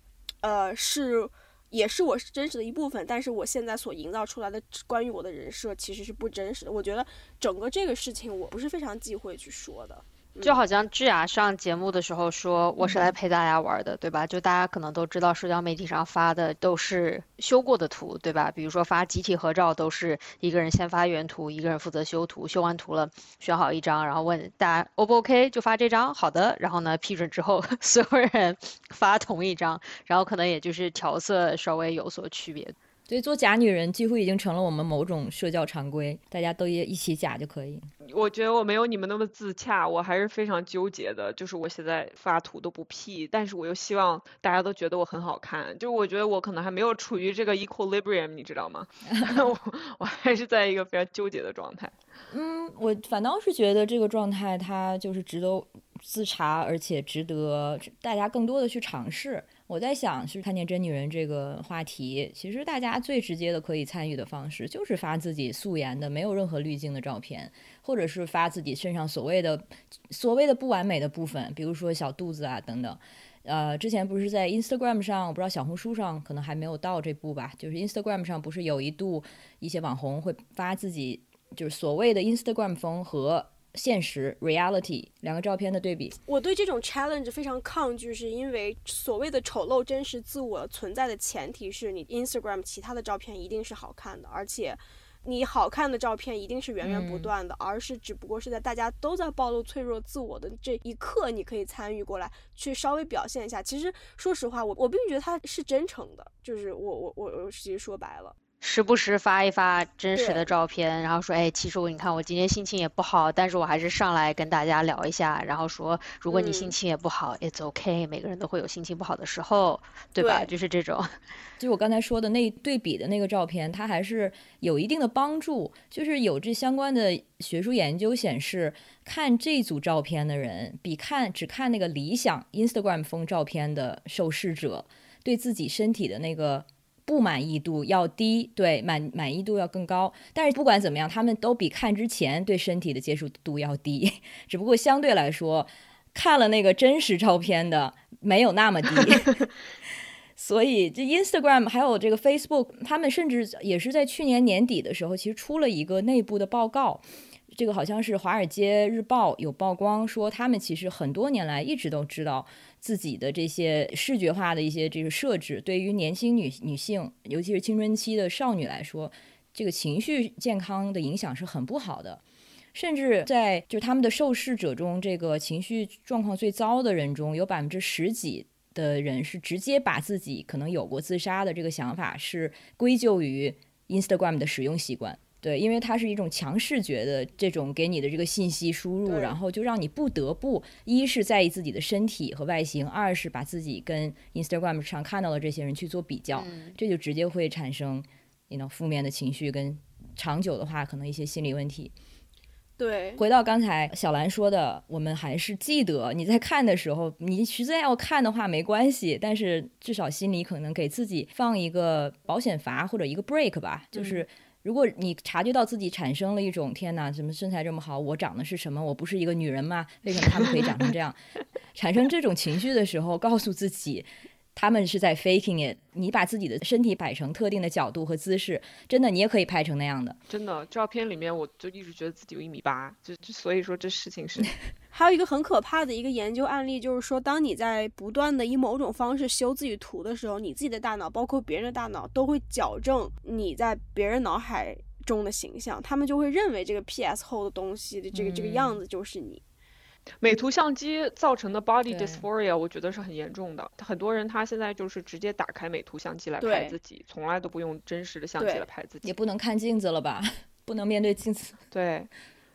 也是我真实的一部分，但是我现在所营造出来的关于我的人设其实是不真实的。我觉得整个这个事情我不是非常忌讳去说的。 就好像智雅上节目的时候说，我是来陪大家玩的，对吧？就大家可能都知道，社交媒体上发的都是修过的图，对吧？比如说发集体合照，都是一个人先发原图，一个人负责修图，修完图了选好一张，然后问大家 O 不 OK， 就发这张，好的，然后呢批准之后，所有人发同一张，然后可能也就是调色稍微有所区别。 所以做假女人几乎已经成了我们某种社交常规，大家都一起假就可以。 我觉得我没有你们那么自洽，我还是非常纠结的，就是我现在发图都不 P， 但是我又希望大家都觉得我很好看，就我觉得我可能还没有处于这个 equilibrium， 你知道吗？我还是在一个非常纠结的状态。 我反倒是觉得这个状态它就是值得自查，而且值得大家更多的去尝试。我在想是看见真女人这个话题，其实大家最直接的可以参与的方式就是发自己素颜的没有任何滤镜的照片，或者是发自己身上所谓的不完美的部分，比如说小肚子啊等等。之前不是在 Instagram 上，我不知道小红书上可能还没有到这步吧，就是 Instagram 上不是有一度一些网红会发自己就是所谓的 Instagram 风和现实 reality 两个照片的对比。 我对这种 challenge 非常抗拒，是因为所谓的丑陋真实自我存在的前提是你 Instagram 其他的照片一定是好看的，而且你好看的照片一定是源源不断的，而是只不过是在大家都在暴露脆弱自我的这一刻，你可以参与过来去稍微表现一下。其实说实话，我并不觉得他是真诚的，就是我其实说白了， 时不时发一发真实的照片，然后说，哎，其实你看我今天心情也不好，但是我还是上来跟大家聊一下，然后说，如果你心情也不好，it's okay，每个人都会有心情不好的时候，对吧？就是这种。 就是我刚才说的那对比的那个照片，它还是有一定的帮助。就是有这相关的学术研究显示，看这组照片的人，比只看那个理想 Instagram 风照片的受试者，对自己身体的那个不满意度要低，对满意度要更高。但是不管怎么样，他们都比看之前对身体的接受度要低，只不过相对来说，看了那个真实照片的没有那么低。所以这 Instagram 还有这个 Facebook， 他们甚至也是在去年年底的时候，其实出了一个内部的报告。这个好像是《华尔街日报》有曝光说，他们其实很多年来一直都知道自己的这些视觉化的一些这个设置，对于年轻女性，尤其是青春期的少女来说，这个情绪健康的影响是很不好的。甚至在就是他们的受试者中，这个情绪状况最糟的人中，有10%几的人是直接把自己可能有过自杀的这个想法是归咎于 Instagram 的使用习惯。对，因为它是一种强视觉的这种给你的这个信息输入，然后就让你不得不一是在意自己的身体和外形，二是把自己跟 Instagram 上看到的这些人去做比较，这就直接会产生负面的情绪，跟长久的话可能一些心理问题。 对， 回到刚才小兰说的，我们还是记得你在看的时候，你实在要看的话没关系，但是至少心里可能给自己放一个保险阀或者一个 break 吧，就是如果你察觉到自己产生了一种天哪，怎么身材这么好，我长的是什么，我不是一个女人吗？为什么他们可以长成这样？产生这种情绪的时候，告诉自己他们是在 faking it， 你把自己的身体摆成特定的角度和姿势，真的你也可以拍成那样的。 真的，照片里面我就一直觉得自己有1.8米，就所以说这事情是还有一个很可怕的一个研究案例，就是说当你在不断的以某种方式修自己图的时候，你自己的大脑包括别人的大脑都会矫正你在别人脑海中的形象，他们就会认为这个 PS 后的东西的这个样子就是你。 美图相机造成的 body dysphoria 我觉得是很严重的，很多人他现在就是直接打开美图相机来拍自己，从来都不用真实的相机来拍自己， 也不能看镜子了吧，不能面对镜子。 对，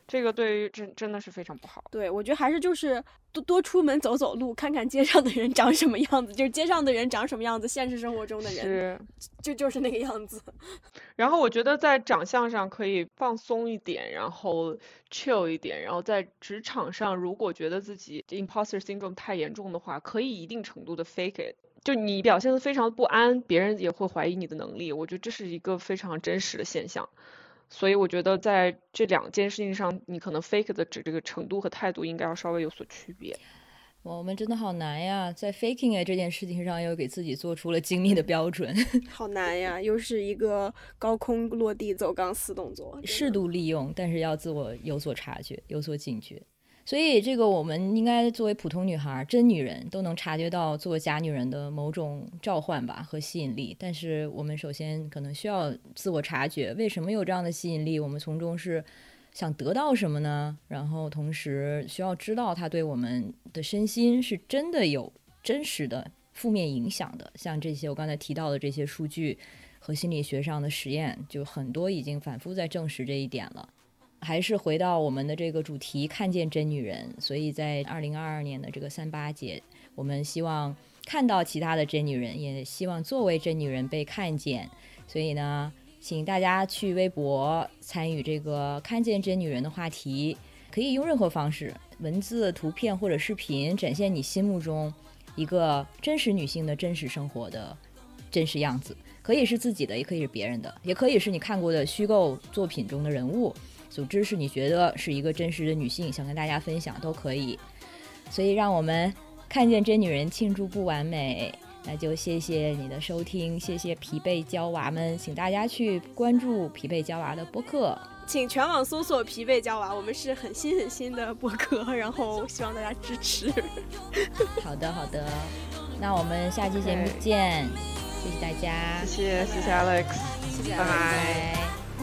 这个对于真的是非常不好。 对，我觉得还是就是多出门走走路，看看街上的人长什么样子，就是街上的人长什么样子，现实生活中的人就是那个样子。 然后我觉得在长相上可以放松一点，然后 chill 一点，然后在职场上如果觉得自己 imposter syndrome 太严重的话，可以一定程度的 fake it。就你表现得非常不安，别人也会怀疑你的能力，我觉得这是一个非常真实的现象。所以我觉得在这两件事情上，你可能 fake 的这个程度和态度应该要稍微有所区别。 我们真的好难呀，在 faking it 这件事情上又给自己做出了精密的标准。 好难呀，又是一个高空落地走钢丝动作， 适度利用，但是要自我有所察觉，有所警觉。所以这个我们应该作为普通女孩，真女人都能察觉到做假女人的某种召唤吧和吸引力，但是我们首先可能需要自我察觉，为什么有这样的吸引力，我们从中是想得到什么呢？然后同时需要知道它对我们的身心是真的有真实的负面影响的。像这些我刚才提到的这些数据和心理学上的实验，就很多已经反复在证实这一点了。还是回到我们的这个主题，看见真女人。所以在2022年的这个38节，我们希望看到其他的真女人，也希望作为真女人被看见。所以呢，请大家去微博参与这个看见真女人的话题，可以用任何方式，文字、图片或者视频，展现你心目中一个真实女性的真实生活的真实样子，可以是自己的，也可以是别人的，也可以是你看过的虚构作品中的人物，总之是你觉得是一个真实的女性，想跟大家分享都可以。所以让我们看见真女人，庆祝不完美。那就谢谢你的收听，谢谢疲惫娇娃们，请大家去关注疲惫娇娃的播客， 请全网搜索疲惫娇娃，我们是很新的播客，然后希望大家支持。 好的，那我们下期节目见，谢谢大家， 谢谢 Alex， 拜拜。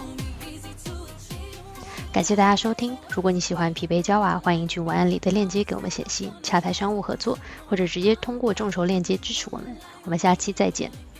感谢大家收听，如果你喜欢疲惫娇娃，欢迎去文案里的链接给我们写信，洽谈商务合作，或者直接通过众筹链接支持我们。我们下期再见。